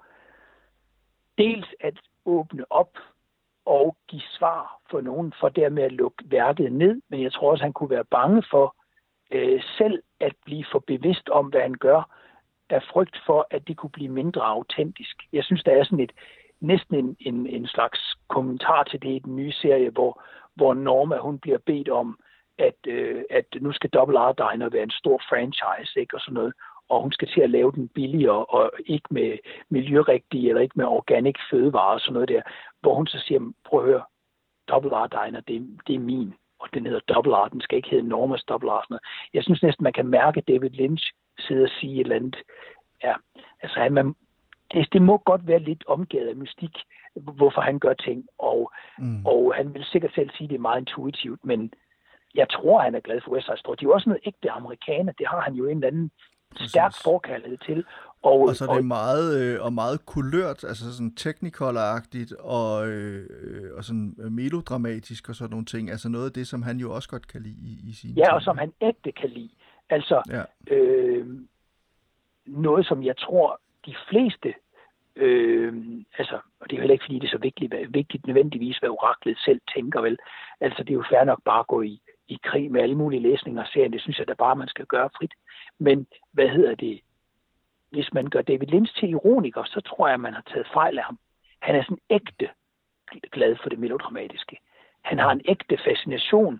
dels at åbne op og give svar for nogen, for dermed at lukke værket ned. Men jeg tror også, han kunne være bange for øh, selv at blive for bevidst om, hvad han gør, af frygt for, at det kunne blive mindre autentisk. Jeg synes, der er sådan et næsten en, en, en slags kommentar til det i den nye serie, hvor, hvor Norma, hun bliver bedt om, at, øh, at nu skal Double R Diner være en stor franchise, ikke, og sådan noget. Og hun skal til at lave den billigere, og ikke med miljørigtige, eller ikke med organic fødevarer og sådan noget der, hvor hun så siger, prøv at høre, Double R Diner, det, det er min, og den hedder Double R, den skal ikke hedde Normas Double R. Sådan noget. Jeg synes næsten, man kan mærke, at David Lynch sidder og siger et eller andet. Ja, altså, man, det, det må godt være lidt omgivet af mystik, hvorfor han gør ting, og, mm. og han vil sikkert selv sige, at det er meget intuitivt, men jeg tror, han er glad for West Side Story. De er jo også noget ægte amerikaner, det har han jo en eller anden stærk forkærlighed til. Og, og så er det og, meget, øh, og meget kulørt, altså sådan technicolor-agtigt, og, øh, og sådan melodramatisk og sådan nogle ting. Altså noget af det, som han jo også godt kan lide i, i sine Ja, ting. Og som han ægte kan lide. Altså ja. øh, noget, som jeg tror, de fleste, øh, altså, og det er jo heller ikke, fordi det er så vigtigt, vigtigt nødvendigvis, hvad oraklet selv tænker vel. Altså, det er jo fair nok bare at gå i i krig med alle mulige læsninger af serien. Det synes jeg da bare, man skal gøre frit. Men hvad hedder det? Hvis man gør David Lynch til ironiker, så tror jeg, man har taget fejl af ham. Han er sådan ægte glad for det melodramatiske. Han har en ægte fascination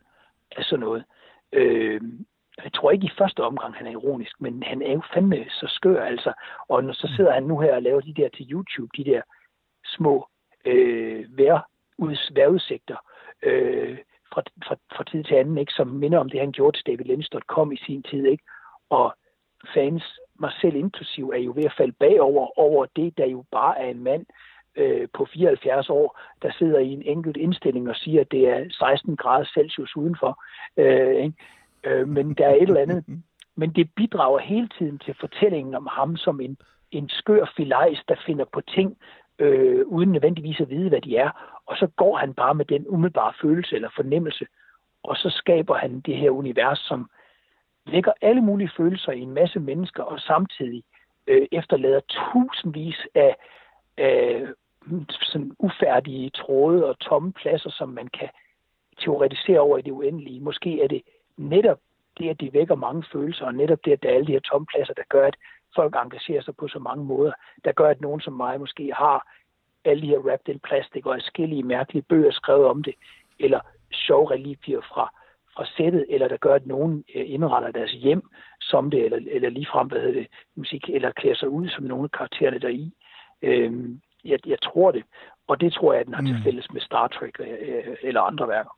af sådan noget. Øh, jeg tror ikke i første omgang, han er ironisk, men han er jo fandme så skør, altså. Og når så sidder han nu her og laver de der til YouTube, de der små øh, vejr, vejrudsigter øh, fra, fra, fra tid til anden, ikke, som minder om det, han gjorde til david lynch punktum com i sin tid, ikke? Og fans, mig selv inklusiv, er jo ved at falde bagover over det, der jo bare er en mand øh, på fireoghalvfjerds år, der sidder i en enkelt indstilling og siger, at det er seksten grader Celsius udenfor. Øh, ikke? Øh, men der er et eller andet. Men det bidrager hele tiden til fortællingen om ham som en, en skør filajs, der finder på ting, øh, uden nødvendigvis at vide, hvad de er. Og så går han bare med den umiddelbare følelse eller fornemmelse, og så skaber han det her univers, som lægger alle mulige følelser i en masse mennesker, og samtidig øh, efterlader tusindvis af, af sådan ufærdige tråde og tomme pladser, som man kan teoretisere over i det uendelige. Måske er det netop det, at de vækker mange følelser, og netop det, at der er alle de her tomme pladser, der gør, at folk engagerer sig på så mange måder, der gør, at nogen som mig måske har alle de her wrapped in plastik og forskellige mærkelige bøger skrevet om det, eller sjove relikvier fra fra sættet, eller der gør, at nogen indretter deres hjem som det, eller, eller ligefrem, hvad hedder det, musik, eller klæder sig ud som nogle af karaktererne deri. Øhm, jeg, jeg tror det, og det tror jeg, at den har til fælles med Star Trek øh, eller andre værker.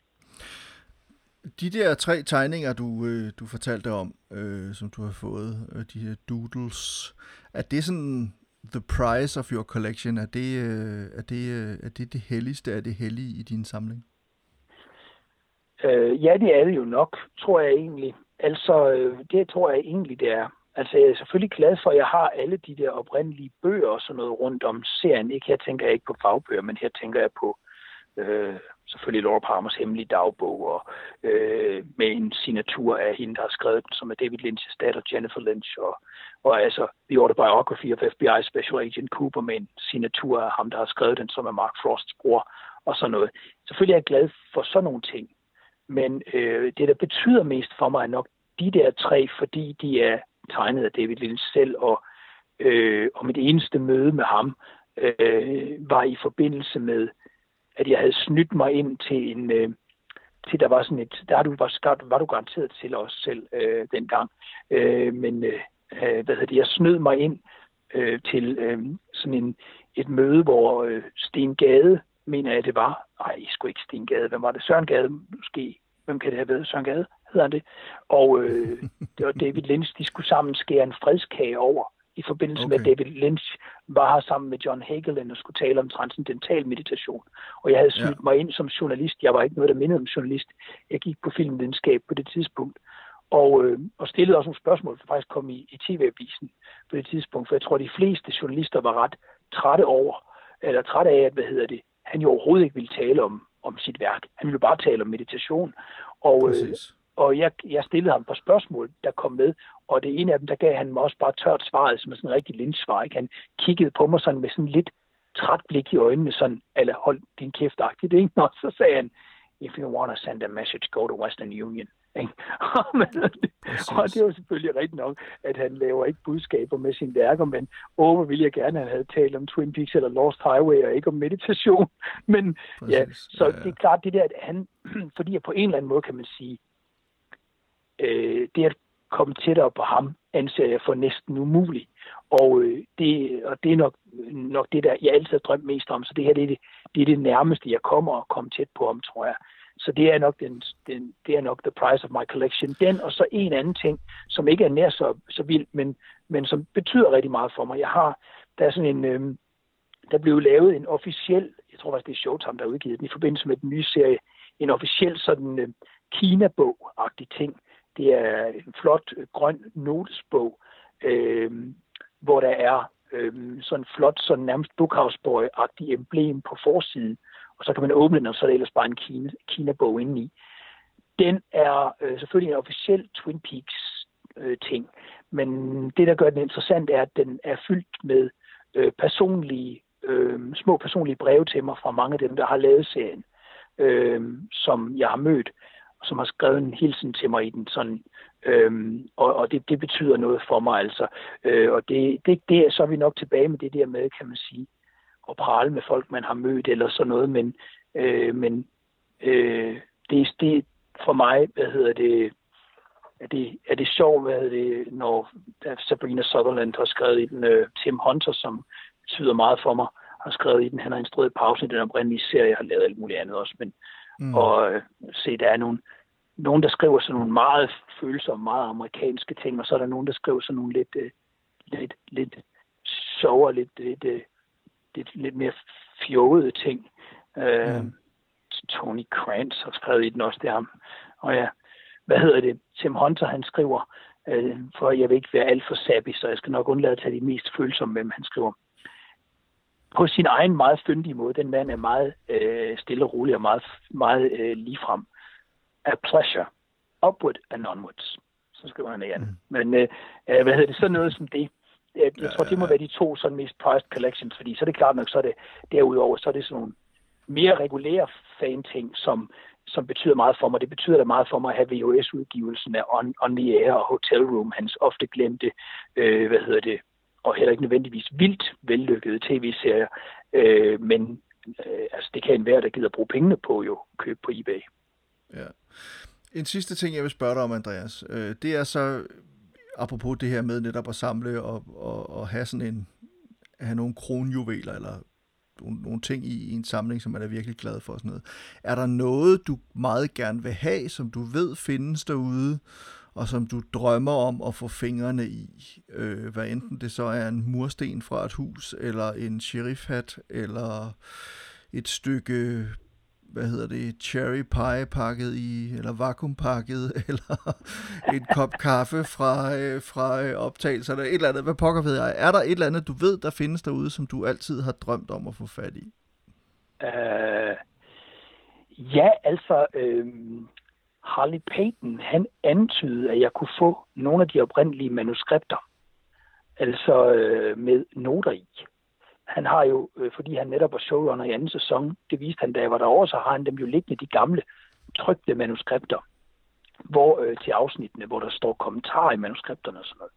De der tre tegninger, du, øh, du fortalte om, øh, som du har fået, øh, de her doodles, er det sådan the price of your collection? Er det øh, er det, øh, er det, det helligste af det hellige i din samling? Øh, ja, det er det jo nok, tror jeg egentlig. Altså, øh, det tror jeg egentlig, det er. Altså, jeg er selvfølgelig glad for, at jeg har alle de der oprindelige bøger og sådan noget rundt om serien. Ikke, her tænker jeg ikke på fagbøger, men her tænker jeg på øh, selvfølgelig Laura Palmers hemmelige dagbog, og øh, med en signatur af hende, der har skrevet den, som er David Lynch's datter, Jennifer Lynch, og, og altså The Autobiography of F B I Special Agent Cooper med en signatur af ham, der har skrevet den, som er Mark Frosts bror, og sådan noget. Selvfølgelig er jeg glad for sådan nogle ting. Men øh, det, der betyder mest for mig, er nok de der tre, fordi de er tegnet af David Lynch selv, og, øh, og mit eneste møde med ham øh, var i forbindelse med, at jeg havde snydt mig ind til en, øh, til der var sådan et, der du, var, var du garanteret til os selv øh, dengang, øh, men øh, hvad hedder det, jeg snød mig ind øh, til øh, sådan en, et møde, hvor øh, Sten Gade, mener jeg, det var. Nej, sgu ikke Sten Gade. Hvem var det? Søren Gade, måske. Hvem kan det have været? Søren Gade, hedder han det. Og øh, det var David Lynch, de skulle sammen skære en fredskage over, i forbindelse okay. med, at David Lynch var her sammen med John Hagelin og skulle tale om transcendental meditation. Og jeg havde snydt ja. mig ind som journalist. Jeg var ikke noget, der mindede om journalist. Jeg gik på filmvidenskab på det tidspunkt. Og, øh, og stillede også nogle spørgsmål, der faktisk kom i, i T V-avisen på det tidspunkt. For jeg tror, de fleste journalister var ret trætte over, eller trætte af, at, hvad hedder det, han jo overhovedet ikke ville tale om, om sit værk. Han ville bare tale om meditation. Og, øh, og jeg, jeg stillede ham et par spørgsmål, der kom med, og det ene af dem, der gav han mig også bare tørt svaret, som er sådan en rigtig Lynch-svar. Ikke? Han kiggede på mig sådan med sådan lidt træt blik i øjnene, sådan, eller hold din kæft-agtigt, ikke? Og så sagde han, if you want to send a message, go to Western Union. Og det var selvfølgelig rigtigt nok, at han laver ikke budskaber med sine værker, men åh, hvor ville jeg gerne, at han havde talt om Twin Peaks eller Lost Highway, og ikke om meditation. Men præcis. ja, så ja, ja. Det er klart det der, at han, fordi jeg på en eller anden måde kan man sige, øh, det at komme tættere på ham, anser jeg for næsten umuligt. Og, øh, det, og det er nok, nok det, der jeg altid har drømt mest om, så det her det er det, det er det nærmeste, jeg kommer at komme tæt på ham, tror jeg. Så det er nok den, den, det er nok the price of my collection. Den og så en anden ting, som ikke er nær så, så vild, men, men som betyder rigtig meget for mig. Jeg har, der er sådan en, øhm, der blev lavet en officiel, jeg tror faktisk det er Showtime, der har udgivet den, i forbindelse med den nye serie, en officiel sådan øh, Kina-bog-agtig ting. Det er en flot øh, grøn notesbog, øh, hvor der er øh, sådan en flot, sådan nærmest Bookhouse-boy-agtig emblem på forsiden. Og så kan man åbne den, og så er det ellers bare en Kina, Kina-bog indeni. Den er øh, selvfølgelig en officiel Twin Peaks-ting, øh, men det, der gør den interessant, er, at den er fyldt med øh, personlige, øh, små personlige breve til mig fra mange af dem, der har lavet serien, øh, som jeg har mødt, og som har skrevet en hilsen til mig i den sådan, øh, og, og det, det betyder noget for mig, altså. Øh, og det, det, det er så er vi nok tilbage med det der med, kan man sige, og prale med folk, man har mødt, eller sådan noget, men, øh, men øh, det, det, for mig, hvad hedder det, er det, er det sjovt, hvad hedder det, når Sabrina Sutherland har skrevet i den, uh, Tim Hunter, som betyder meget for mig, har skrevet i den, han har instrueret pausen i den oprindelige serie, jeg har lavet alt muligt andet også, men mm. og uh, se, der er nogle, nogen, der skriver sådan nogle meget følsomme, meget amerikanske ting, og så er der nogen, der skriver sådan nogle lidt, uh, lidt, lidt sjovere, lidt, lidt, uh, lidt, lidt mere fjovede ting. Uh, mm. Tony Krantz har skrevet i den også, det er ham. Og ja, hvad hedder det? Tim Hunter, han skriver, øh, for jeg vil ikke være alt for sappy, så jeg skal nok undlade at tage de mest følsomme med, han skriver. På sin egen meget fyndige måde, den mand er meget øh, stille og rolig og meget, meget øh, ligefrem. A pleasure, upward and onwards. Så skriver han igen. Mm. Men øh, hvad hedder det? Sådan noget som det. Jeg, jeg tror, det må være de to sådan mest prized collections, fordi så er det klart nok, så er det derudover, så er det sådan nogle mere regulære fan-ting, som, som betyder meget for mig. Det betyder da meget for mig at have V H S-udgivelsen af On, On The Air og Hotel Room, hans ofte glemte, øh, hvad hedder det, og heller ikke nødvendigvis vildt vellykkede tv-serier. Øh, men øh, altså, det kan enhver, der gider bruge pengene på, jo købe på eBay. Ja. En sidste ting, jeg vil spørge dig om, Andreas, øh, det er så, apropos det her med netop at samle og, og, og have sådan en, have nogle kronjuveler, eller nogle ting i en samling, som man er virkelig glad for. Sådan noget. Er der noget, du meget gerne vil have, som du ved findes derude, og som du drømmer om at få fingrene i? Øh, hvad enten det så er en mursten fra et hus, eller en sheriffhat, eller et stykke, hvad hedder det, cherry pie pakket i, eller vakuumpakket, eller en kop kaffe fra, øh, fra øh, optagelser, eller et eller andet. Hvad pokker ved jeg? Er der et eller andet, du ved, der findes derude, som du altid har drømt om at få fat i? Uh, ja, altså, øh, Harley Payton, han antydede, at jeg kunne få nogle af de oprindelige manuskripter, altså øh, med noter i. Han har jo, øh, fordi han netop var showrunner i anden sæson, det viste han, da jeg var derovre, så har han dem jo liggende, de gamle trykte manuskripter, hvor øh, til afsnittene, hvor der står kommentarer i manuskripterne og sådan noget.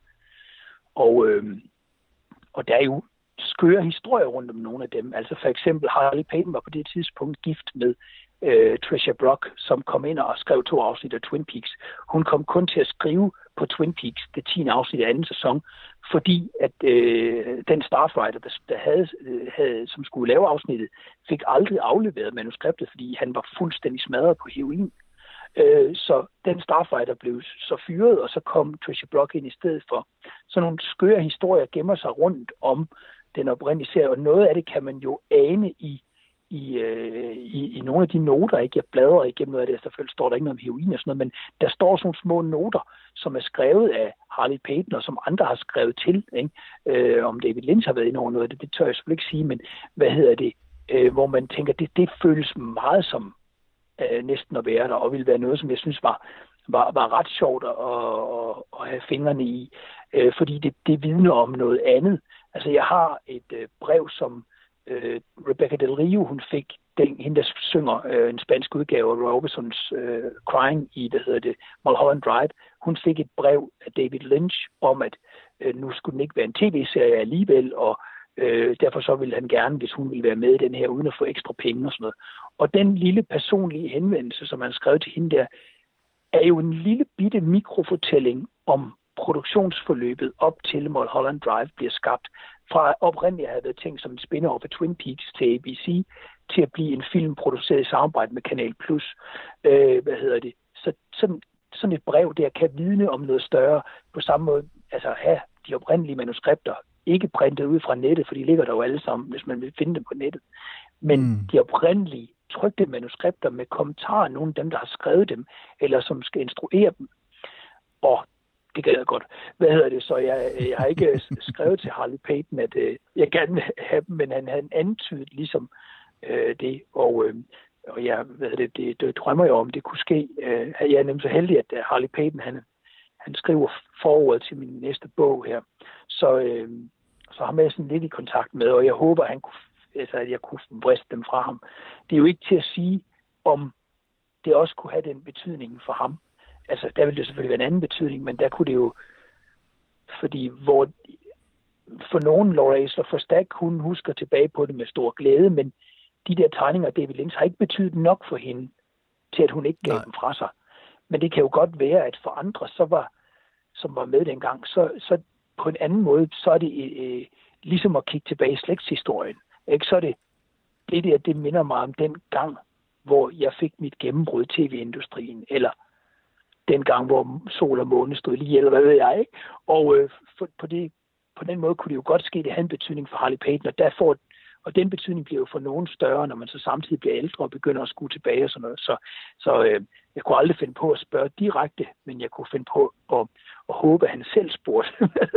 Og, øh, og der er jo skøre historier rundt om nogle af dem. Altså for eksempel Harley Payton var på det tidspunkt gift med øh, Tricia Brock, som kom ind og skrev to afsnit af Twin Peaks. Hun kom kun til at skrive på Twin Peaks det tiende afsnit af anden sæson, fordi at øh, den starwriter, der, der havde, havde, som skulle lave afsnittet, fik aldrig afleveret manuskriptet, fordi han var fuldstændig smadret på heroin. Øh, så den starfighter blev så fyret, og så kom Tricia Brock ind i stedet for. Så nogle skøre historier gemmer sig rundt om den oprindelige serie, og noget af det kan man jo ane i, i, øh, i, i nogle af de noter. Ikke? Jeg bladrer igennem noget af det, selvfølgelig står der ikke noget om heroin og sådan noget, men der står sådan nogle små noter, som er skrevet af Harley Payton, og som andre har skrevet til. Ikke? Øh, om David Lynch har været inde over noget af det, det tør jeg selvfølgelig ikke sige, men hvad hedder det, øh, hvor man tænker, det, det føles meget som øh, næsten at være der, og ville være noget, som jeg synes var, var, var ret sjovt at, at, at have fingrene i, øh, fordi det, det vidner om noget andet. Altså, jeg har et øh, brev, som øh, Rebecca Del Rio, hun fik, den, hende der synger øh, en spansk udgave af Roy Orbisons øh, Crying i, hvad hedder det, Mulholland Drive. Hun fik et brev af David Lynch om, at øh, nu skulle den ikke være en tv-serie alligevel, og øh, derfor så ville han gerne, hvis hun ville være med i den her, uden at få ekstra penge og sådan noget. Og den lille personlige henvendelse, som han skrev til hende der, er jo en lille bitte mikrofortælling om produktionsforløbet op til Mulholland Drive bliver skabt. Fra oprindeligt havde været tænkt som en spin-off af Twin Peaks til A B C, til at blive en film produceret i samarbejde med Kanal Plus. Øh, hvad hedder det? Så sådan, sådan et brev der kan vidne om noget større på samme måde, altså have de oprindelige manuskripter ikke printet ud fra nettet, for de ligger der jo alle sammen, hvis man vil finde dem på nettet. Men mm. de oprindelige trykte manuskripter med kommentarer, nogle af dem, der har skrevet dem, eller som skal instruere dem. Og det gad jeg godt. Hvad hedder det? Så jeg, jeg har ikke skrevet til Harley Payton, at øh, jeg gerne vil have dem, men han havde antydet ligesom øh, det. Og, øh, og jeg, hvad hedder det, det, det drømmer jeg om, det kunne ske. Øh, jeg er nemlig så heldig, at Harley Payton, han, han skriver forord til min næste bog her. Så, øh, så har jeg sådan lidt i kontakt med, og jeg håber, at, han kunne, altså, at jeg kunne vriste dem fra ham. Det er jo ikke til at sige, om det også kunne have den betydning for ham. Altså, der ville det selvfølgelig være en anden betydning, men der kunne det jo, fordi hvor for nogen Laura Isler Verstack, hun husker tilbage på det med stor glæde, men de der tegninger af David Lynch har ikke betydet nok for hende, til at hun ikke gav Nej. dem fra sig. Men det kan jo godt være, at for andre, så var, som var med dengang, så, så på en anden måde, så er det øh, ligesom at kigge tilbage i slægtshistorien. Ikke? Så er det, det der, det minder mig om den gang, hvor jeg fik mit gennembrud i tv-industrien, eller den gang, hvor sol og måne stod lige, eller hvad ved jeg, ikke? Og øh, for, på, det, på den måde kunne det jo godt ske, det havde en betydning for Harley Payton, og, derfor, og den betydning bliver jo for nogen større, når man så samtidig bliver ældre og begynder at skue tilbage og sådan noget. Så, så øh, jeg kunne aldrig finde på at spørge direkte, men jeg kunne finde på at, at håbe, at han selv spurgte.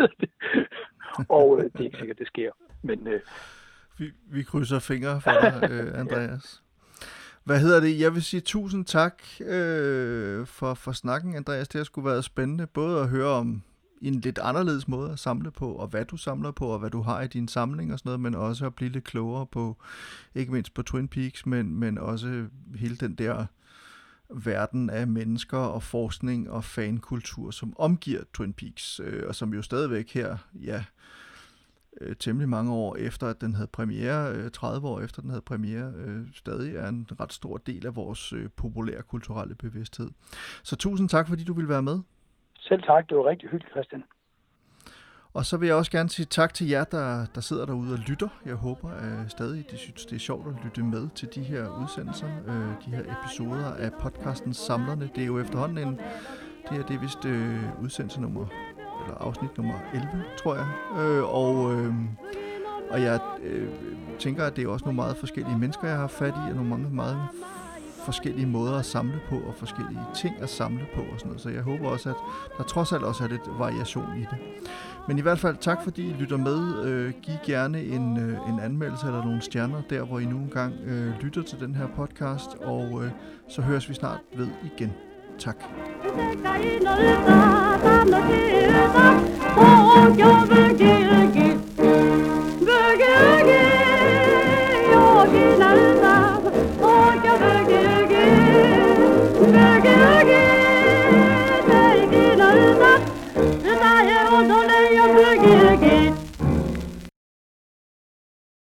Og øh, det er ikke sikkert, det sker. Men, øh, vi, vi krydser fingre for dig, øh, Andreas. Hvad hedder det? Jeg vil sige tusind tak øh, for, for snakken, Andreas. Det har sgu været spændende, både at høre om en lidt anderledes måde at samle på, og hvad du samler på, og hvad du har i din samling og sådan noget, men også at blive lidt klogere på, ikke mindst på Twin Peaks, men, men også hele den der verden af mennesker og forskning og fankultur, som omgiver Twin Peaks, øh, og som jo stadigvæk her, ja, øh, temmelig mange år efter, at den havde premiere, øh, tredive år efter den havde premiere, øh, stadig er en ret stor del af vores øh, populære kulturelle bevidsthed. Så tusind tak, fordi du ville være med. Selv tak, det var rigtig hyggeligt, Christian. Og så vil jeg også gerne sige tak til jer, der, der sidder derude og lytter. Jeg håber at stadig, de synes, det er sjovt at lytte med til de her udsendelser, øh, de her episoder af podcasten Samlerne. Det er jo efterhånden en, det her det er vist øh, udsendelse nummer, eller afsnit nummer elleve, tror jeg. Øh, og, øh, og jeg øh, tænker, at det er også nogle meget forskellige mennesker, jeg har fat i, og nogle mange meget forskellige måder at samle på, og forskellige ting at samle på og sådan noget. Så jeg håber også, at der trods alt også er lidt variation i det. Men i hvert fald tak, fordi I lytter med. Øh, giv gerne en, øh, en anmeldelse eller nogle stjerner, der hvor I nu engang øh, lytter til den her podcast, og øh, så høres vi snart ved igen. Tak. Böge